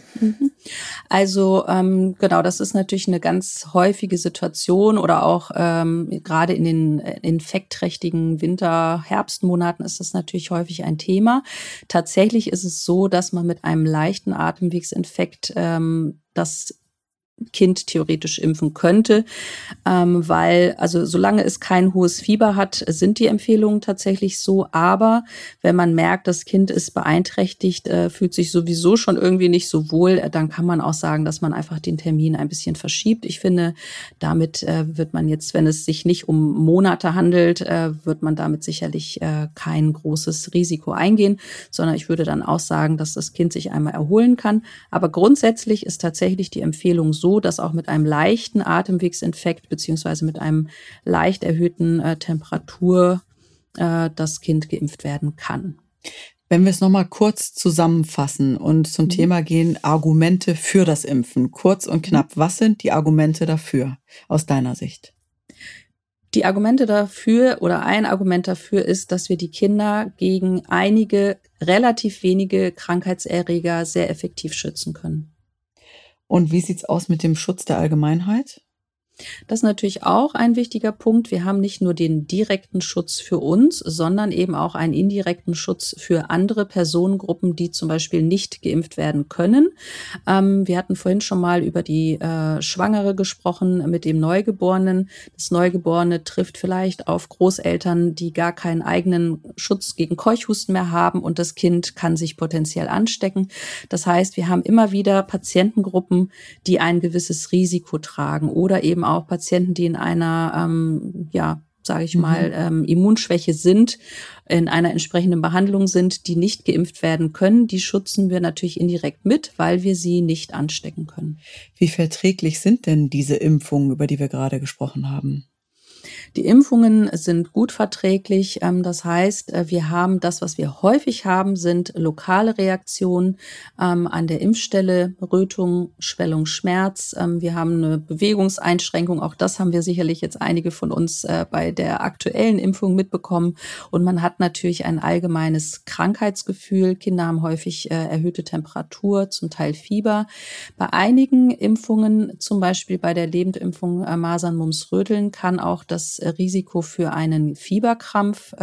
Also genau, das ist natürlich eine ganz häufige Situation, oder auch gerade in den infektträchtigen Winter-Herbstmonaten ist das natürlich häufig ein Thema. Tatsächlich ist es so, dass man mit einem leichten Atemwegsinfekt das Kind theoretisch impfen könnte, weil, also solange es kein hohes Fieber hat, sind die Empfehlungen tatsächlich so. Aber wenn man merkt, das Kind ist beeinträchtigt, fühlt sich sowieso schon irgendwie nicht so wohl, dann kann man auch sagen, dass man einfach den Termin ein bisschen verschiebt. Ich finde, damit wird man jetzt, wenn es sich nicht um Monate handelt, wird man damit sicherlich kein großes Risiko eingehen, sondern ich würde dann auch sagen, dass das Kind sich einmal erholen kann. Aber grundsätzlich ist tatsächlich die Empfehlung so, dass auch mit einem leichten Atemwegsinfekt beziehungsweise mit einem leicht erhöhten Temperatur das Kind geimpft werden kann. Wenn wir es nochmal kurz zusammenfassen und zum Thema gehen, Argumente für das Impfen. Kurz und knapp, was sind die Argumente dafür aus deiner Sicht? Die Argumente dafür oder ein Argument dafür ist, dass wir die Kinder gegen einige relativ wenige Krankheitserreger sehr effektiv schützen können. Und wie sieht's aus mit dem Schutz der Allgemeinheit? Das ist natürlich auch ein wichtiger Punkt. Wir haben nicht nur den direkten Schutz für uns, sondern eben auch einen indirekten Schutz für andere Personengruppen, die zum Beispiel nicht geimpft werden können. Wir hatten vorhin schon mal über die Schwangere gesprochen mit dem Neugeborenen. Das Neugeborene trifft vielleicht auf Großeltern, die gar keinen eigenen Schutz gegen Keuchhusten mehr haben und das Kind kann sich potenziell anstecken. Das heißt, wir haben immer wieder Patientengruppen, die ein gewisses Risiko tragen oder eben auch Patienten, die in einer, Immunschwäche sind, in einer entsprechenden Behandlung sind, die nicht geimpft werden können. Die schützen wir natürlich indirekt mit, weil wir sie nicht anstecken können. Wie verträglich sind denn diese Impfungen, über die wir gerade gesprochen haben? Die Impfungen sind gut verträglich. Das heißt, wir haben das, was wir häufig haben, sind lokale Reaktionen an der Impfstelle, Rötung, Schwellung, Schmerz. Wir haben eine Bewegungseinschränkung. Auch das haben wir sicherlich jetzt einige von uns bei der aktuellen Impfung mitbekommen. Und man hat natürlich ein allgemeines Krankheitsgefühl. Kinder haben häufig erhöhte Temperatur, zum Teil Fieber. Bei einigen Impfungen, zum Beispiel bei der Lebendimpfung Masern, Mumps, Röteln, kann auch das Risiko für einen Fieberkrampf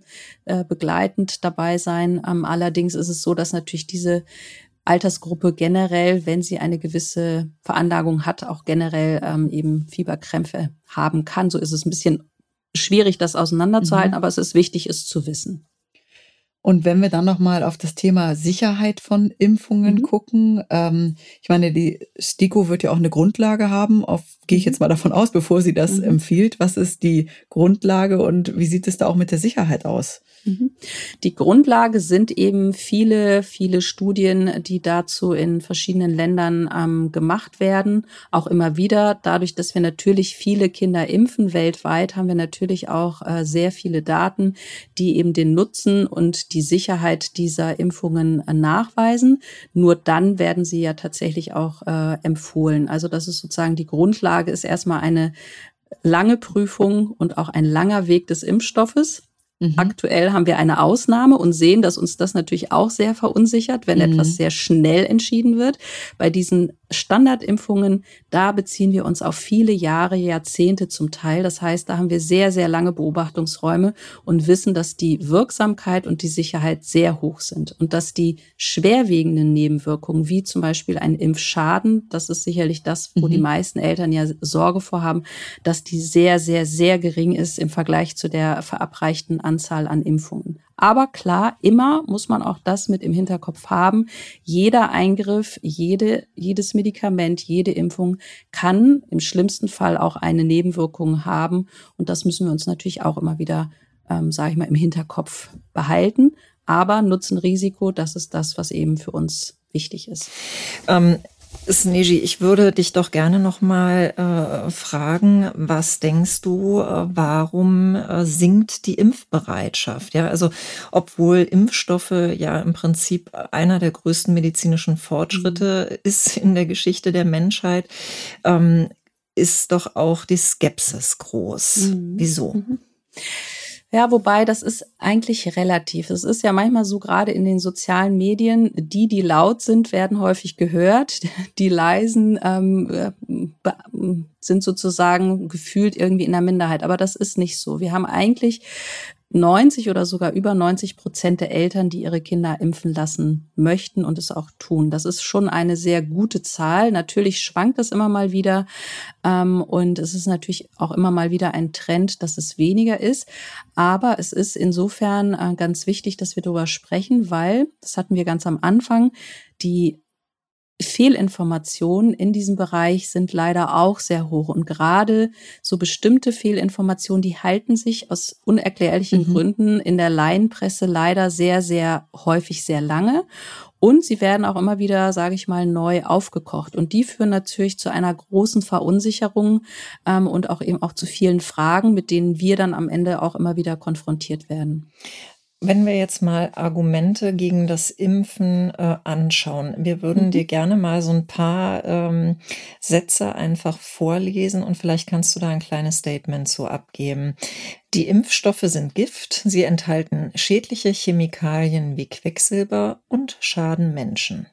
begleitend dabei sein. Allerdings ist es so, dass natürlich diese Altersgruppe generell, wenn sie eine gewisse Veranlagung hat, auch generell eben Fieberkrämpfe haben kann. So ist es ein bisschen schwierig, das auseinanderzuhalten, aber es ist wichtig, es zu wissen. Und wenn wir dann nochmal auf das Thema Sicherheit von Impfungen gucken, ich meine, die STIKO wird ja auch eine Grundlage haben, gehe ich jetzt mal davon aus, bevor sie das empfiehlt. Was ist die Grundlage und wie sieht es da auch mit der Sicherheit aus? Die Grundlage sind eben viele, viele Studien, die dazu in verschiedenen Ländern gemacht werden, auch immer wieder. Dadurch, dass wir natürlich viele Kinder impfen weltweit, haben wir natürlich auch sehr viele Daten, die eben den Nutzen und die Sicherheit dieser Impfungen nachweisen. Nur dann werden sie ja tatsächlich auch empfohlen. Also das ist sozusagen die Grundlage, ist erstmal eine lange Prüfung und auch ein langer Weg des Impfstoffes. Aktuell haben wir eine Ausnahme und sehen, dass uns das natürlich auch sehr verunsichert, wenn etwas sehr schnell entschieden wird. Bei diesen Standardimpfungen, da beziehen wir uns auf viele Jahre, Jahrzehnte zum Teil. Das heißt, da haben wir sehr, sehr lange Beobachtungsräume und wissen, dass die Wirksamkeit und die Sicherheit sehr hoch sind und dass die schwerwiegenden Nebenwirkungen, wie zum Beispiel ein Impfschaden, das ist sicherlich das, wo die meisten Eltern ja Sorge vorhaben, dass die sehr, sehr, sehr gering ist im Vergleich zu der verabreichten Anzahl an Impfungen. Aber klar, immer muss man auch das mit im Hinterkopf haben. Jeder Eingriff, jedes Medikament, jede Impfung kann im schlimmsten Fall auch eine Nebenwirkung haben. Und das müssen wir uns natürlich auch immer wieder, im Hinterkopf behalten. Aber Nutzen-Risiko, das ist das, was eben für uns wichtig ist. Sneji, ich würde dich doch gerne noch mal fragen, was denkst du, warum sinkt die Impfbereitschaft? Ja, also obwohl Impfstoffe ja im Prinzip einer der größten medizinischen Fortschritte ist in der Geschichte der Menschheit, ist doch auch die Skepsis groß. Wieso? Ja, wobei das ist eigentlich relativ. Es ist ja manchmal so, gerade in den sozialen Medien, die laut sind, werden häufig gehört. Die leisen sind sozusagen gefühlt irgendwie in der Minderheit. Aber das ist nicht so. Wir haben eigentlich 90 oder sogar über 90% der Eltern, die ihre Kinder impfen lassen möchten und es auch tun. Das ist schon eine sehr gute Zahl. Natürlich schwankt es immer mal wieder und es ist natürlich auch immer mal wieder ein Trend, dass es weniger ist. Aber es ist insofern ganz wichtig, dass wir darüber sprechen, weil, das hatten wir ganz am Anfang, die Fehlinformationen in diesem Bereich sind leider auch sehr hoch. Und gerade so bestimmte Fehlinformationen, die halten sich aus unerklärlichen Gründen in der Laienpresse leider sehr, sehr häufig sehr lange. Und sie werden auch immer wieder, sage ich mal, neu aufgekocht. Und die führen natürlich zu einer großen Verunsicherung und auch eben auch zu vielen Fragen, mit denen wir dann am Ende auch immer wieder konfrontiert werden. Wenn wir jetzt mal Argumente gegen das Impfen anschauen, wir würden dir gerne mal so ein paar Sätze einfach vorlesen und vielleicht kannst du da ein kleines Statement zu abgeben. Die Impfstoffe sind Gift, sie enthalten schädliche Chemikalien wie Quecksilber und schaden Menschen.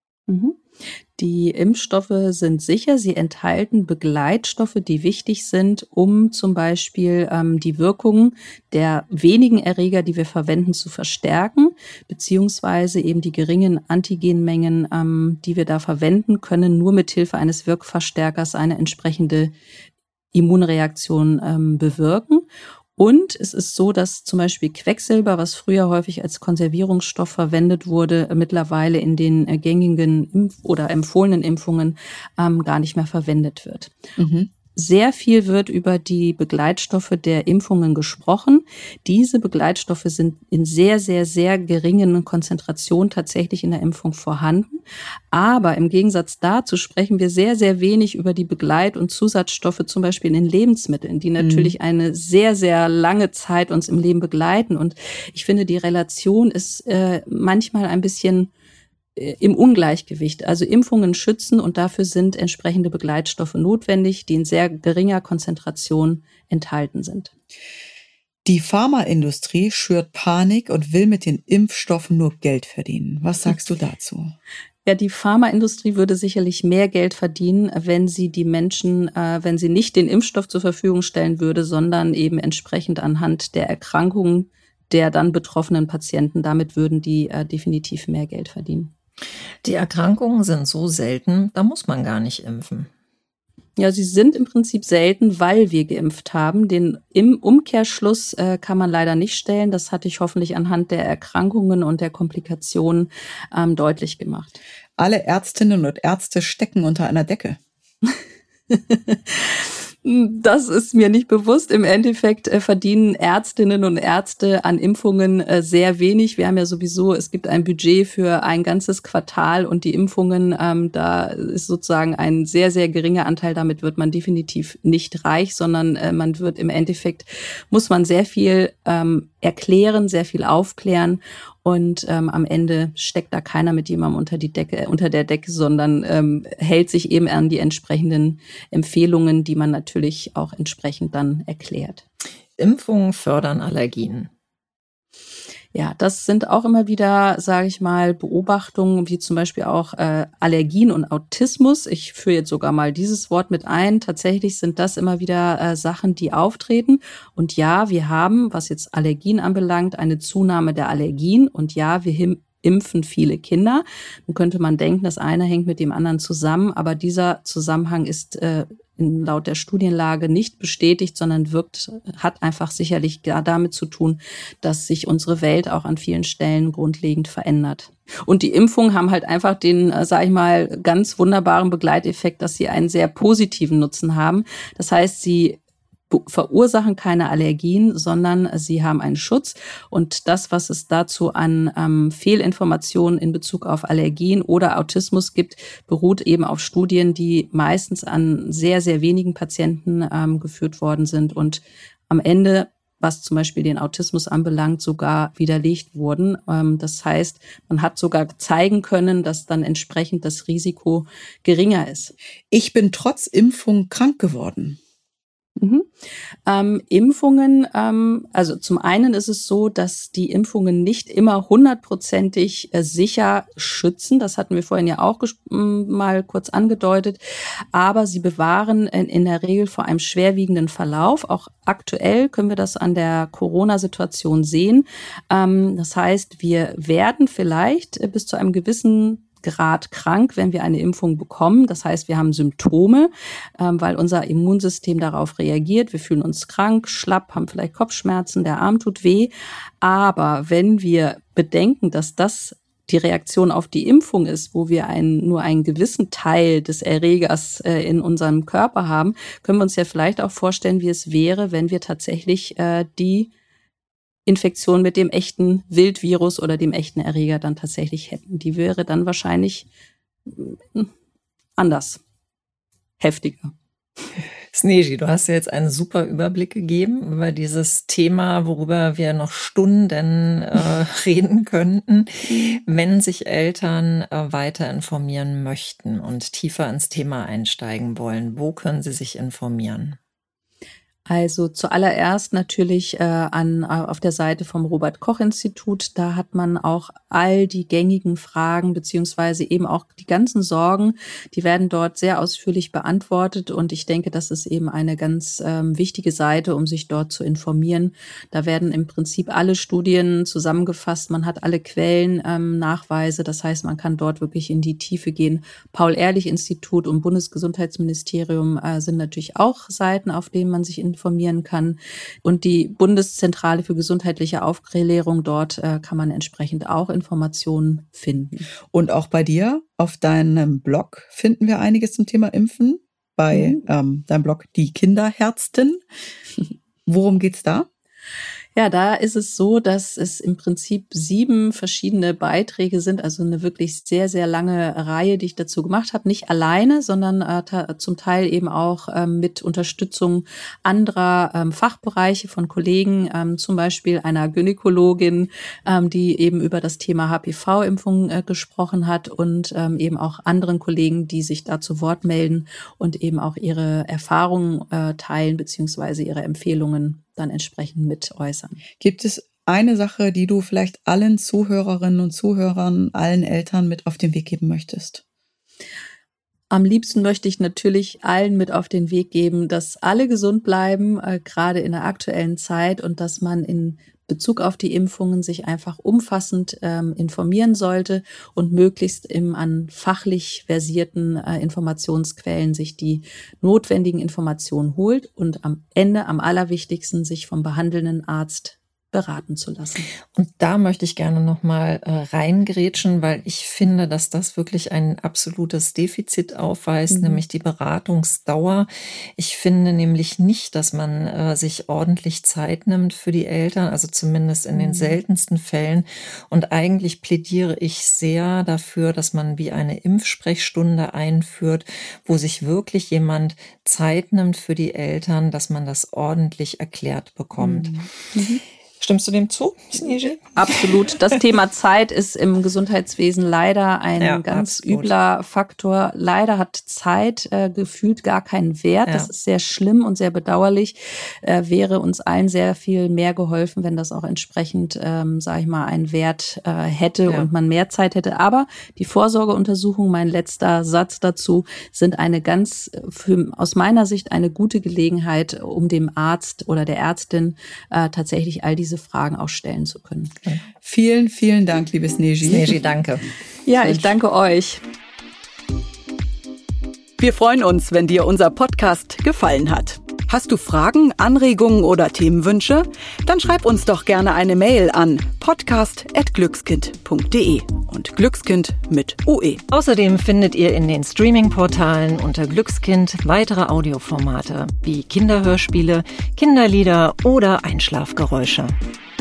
Die Impfstoffe sind sicher, sie enthalten Begleitstoffe, die wichtig sind, um zum Beispiel die Wirkung der wenigen Erreger, die wir verwenden, zu verstärken, beziehungsweise eben die geringen Antigenmengen, die wir da verwenden, können nur mit Hilfe eines Wirkverstärkers eine entsprechende Immunreaktion bewirken. Und es ist so, dass zum Beispiel Quecksilber, was früher häufig als Konservierungsstoff verwendet wurde, mittlerweile in den gängigen oder empfohlenen Impfungen gar nicht mehr verwendet wird. Sehr viel wird über die Begleitstoffe der Impfungen gesprochen. Diese Begleitstoffe sind in sehr, sehr, sehr geringen Konzentrationen tatsächlich in der Impfung vorhanden. Aber im Gegensatz dazu sprechen wir sehr, sehr wenig über die Begleit- und Zusatzstoffe, zum Beispiel in den Lebensmitteln, die natürlich eine sehr, sehr lange Zeit uns im Leben begleiten. Und ich finde, die Relation ist manchmal ein bisschen im Ungleichgewicht. Also Impfungen schützen und dafür sind entsprechende Begleitstoffe notwendig, die in sehr geringer Konzentration enthalten sind. Die Pharmaindustrie schürt Panik und will mit den Impfstoffen nur Geld verdienen. Was sagst du dazu? Ja, die Pharmaindustrie würde sicherlich mehr Geld verdienen, wenn sie die Menschen, wenn sie nicht den Impfstoff zur Verfügung stellen würde, sondern eben entsprechend anhand der Erkrankungen der dann betroffenen Patienten. Damit würden die definitiv mehr Geld verdienen. Die Erkrankungen sind so selten, da muss man gar nicht impfen. Ja, sie sind im Prinzip selten, weil wir geimpft haben. Den im Umkehrschluss kann man leider nicht stellen. Das hatte ich hoffentlich anhand der Erkrankungen und der Komplikationen deutlich gemacht. Alle Ärztinnen und Ärzte stecken unter einer Decke. Das ist mir nicht bewusst. Im Endeffekt verdienen Ärztinnen und Ärzte an Impfungen sehr wenig. Wir haben ja sowieso, es gibt ein Budget für ein ganzes Quartal und die Impfungen, da ist sozusagen ein sehr, sehr geringer Anteil. Damit wird man definitiv nicht reich, sondern man wird im Endeffekt, muss man sehr viel erklären, sehr viel aufklären. Und am Ende steckt da keiner mit jemandem unter der Decke, sondern hält sich eben an die entsprechenden Empfehlungen, die man natürlich auch entsprechend dann erklärt. Impfungen fördern Allergien. Ja, das sind auch immer wieder, sage ich mal, Beobachtungen, wie zum Beispiel auch Allergien und Autismus. Ich führe jetzt sogar mal dieses Wort mit ein. Tatsächlich sind das immer wieder Sachen, die auftreten. Und ja, wir haben, was jetzt Allergien anbelangt, eine Zunahme der Allergien. Und ja, wir impfen viele Kinder. Nun könnte man denken, das eine hängt mit dem anderen zusammen. Aber dieser Zusammenhang ist laut der Studienlage nicht bestätigt, sondern hat einfach sicherlich damit zu tun, dass sich unsere Welt auch an vielen Stellen grundlegend verändert. Und die Impfungen haben halt einfach den, sage ich mal, ganz wunderbaren Begleiteffekt, dass sie einen sehr positiven Nutzen haben. Das heißt, sie verursachen keine Allergien, sondern sie haben einen Schutz. Und das, was es dazu an Fehlinformationen in Bezug auf Allergien oder Autismus gibt, beruht eben auf Studien, die meistens an sehr, sehr wenigen Patienten geführt worden sind und am Ende, was zum Beispiel den Autismus anbelangt, sogar widerlegt wurden. Das heißt, man hat sogar zeigen können, dass dann entsprechend das Risiko geringer ist. Ich bin trotz Impfung krank geworden. Impfungen, also zum einen ist es so, dass die Impfungen nicht immer 100%ig sicher schützen. Das hatten wir vorhin ja auch mal kurz angedeutet. Aber sie bewahren in der Regel vor einem schwerwiegenden Verlauf. Auch aktuell können wir das an der Corona-Situation sehen. Das heißt, wir werden vielleicht bis zu einem gewissen Grad krank, wenn wir eine Impfung bekommen. Das heißt, wir haben Symptome, weil unser Immunsystem darauf reagiert. Wir fühlen uns krank, schlapp, haben vielleicht Kopfschmerzen, der Arm tut weh. Aber wenn wir bedenken, dass das die Reaktion auf die Impfung ist, wo wir nur einen gewissen Teil des Erregers in unserem Körper haben, können wir uns ja vielleicht auch vorstellen, wie es wäre, wenn wir tatsächlich die Infektion mit dem echten Wildvirus oder dem echten Erreger dann tatsächlich hätten. Die wäre dann wahrscheinlich anders, heftiger. Sneji, du hast ja jetzt einen super Überblick gegeben über dieses Thema, worüber wir noch Stunden reden könnten. Wenn sich Eltern weiter informieren möchten und tiefer ins Thema einsteigen wollen, wo können sie sich informieren? Also zuallererst natürlich auf der Seite vom Robert-Koch-Institut. Da hat man auch all die gängigen Fragen beziehungsweise eben auch die ganzen Sorgen, die werden dort sehr ausführlich beantwortet. Und ich denke, das ist eben eine ganz wichtige Seite, um sich dort zu informieren. Da werden im Prinzip alle Studien zusammengefasst. Man hat alle Quellen, Nachweise. Das heißt, man kann dort wirklich in die Tiefe gehen. Paul-Ehrlich-Institut und Bundesgesundheitsministerium sind natürlich auch Seiten, auf denen man sich informieren kann. Und die Bundeszentrale für gesundheitliche Aufklärung, dort kann man entsprechend auch Informationen finden. Und auch bei dir auf deinem Blog finden wir einiges zum Thema Impfen. Bei deinem Blog Die Kinderärztin. Worum geht's da? Ja, da ist es so, dass es im Prinzip 7 verschiedene Beiträge sind, also eine wirklich sehr, sehr lange Reihe, die ich dazu gemacht habe. Nicht alleine, sondern zum Teil eben auch mit Unterstützung anderer Fachbereiche von Kollegen, zum Beispiel einer Gynäkologin, die eben über das Thema HPV-Impfung gesprochen hat und eben auch anderen Kollegen, die sich da zu Wort melden und eben auch ihre Erfahrungen teilen beziehungsweise ihre Empfehlungen dann entsprechend mit äußern. Gibt es eine Sache, die du vielleicht allen Zuhörerinnen und Zuhörern, allen Eltern mit auf den Weg geben möchtest? Am liebsten möchte ich natürlich allen mit auf den Weg geben, dass alle gesund bleiben, gerade in der aktuellen Zeit, und dass man in Bezug auf die Impfungen sich einfach umfassend informieren sollte und möglichst an fachlich versierten Informationsquellen sich die notwendigen Informationen holt und am Ende, am allerwichtigsten, sich vom behandelnden Arzt beraten zu lassen. Und da möchte ich gerne nochmal reingrätschen, weil ich finde, dass das wirklich ein absolutes Defizit aufweist, nämlich die Beratungsdauer. Ich finde nämlich nicht, dass man sich ordentlich Zeit nimmt für die Eltern, also zumindest in den seltensten Fällen. Und eigentlich plädiere ich sehr dafür, dass man wie eine Impfsprechstunde einführt, wo sich wirklich jemand Zeit nimmt für die Eltern, dass man das ordentlich erklärt bekommt. Stimmst du dem zu, Sneji? Absolut. Das Thema Zeit ist im Gesundheitswesen leider ein ganz übler Faktor. Leider hat Zeit gefühlt gar keinen Wert. Das ist sehr schlimm und sehr bedauerlich. Wäre uns allen sehr viel mehr geholfen, wenn das auch entsprechend, sage ich mal, einen Wert hätte und man mehr Zeit hätte. Aber die Vorsorgeuntersuchungen, mein letzter Satz dazu, sind aus meiner Sicht eine gute Gelegenheit, um dem Arzt oder der Ärztin tatsächlich all diese Fragen auch stellen zu können. Vielen, vielen Dank, liebe Sneji. Sneji, danke. Ja, ich danke euch. Wir freuen uns, wenn dir unser Podcast gefallen hat. Hast du Fragen, Anregungen oder Themenwünsche? Dann schreib uns doch gerne eine Mail an podcast@glückskind.de und Glückskind mit UE. Außerdem findet ihr in den Streaming-Portalen unter Glückskind weitere Audioformate wie Kinderhörspiele, Kinderlieder oder Einschlafgeräusche.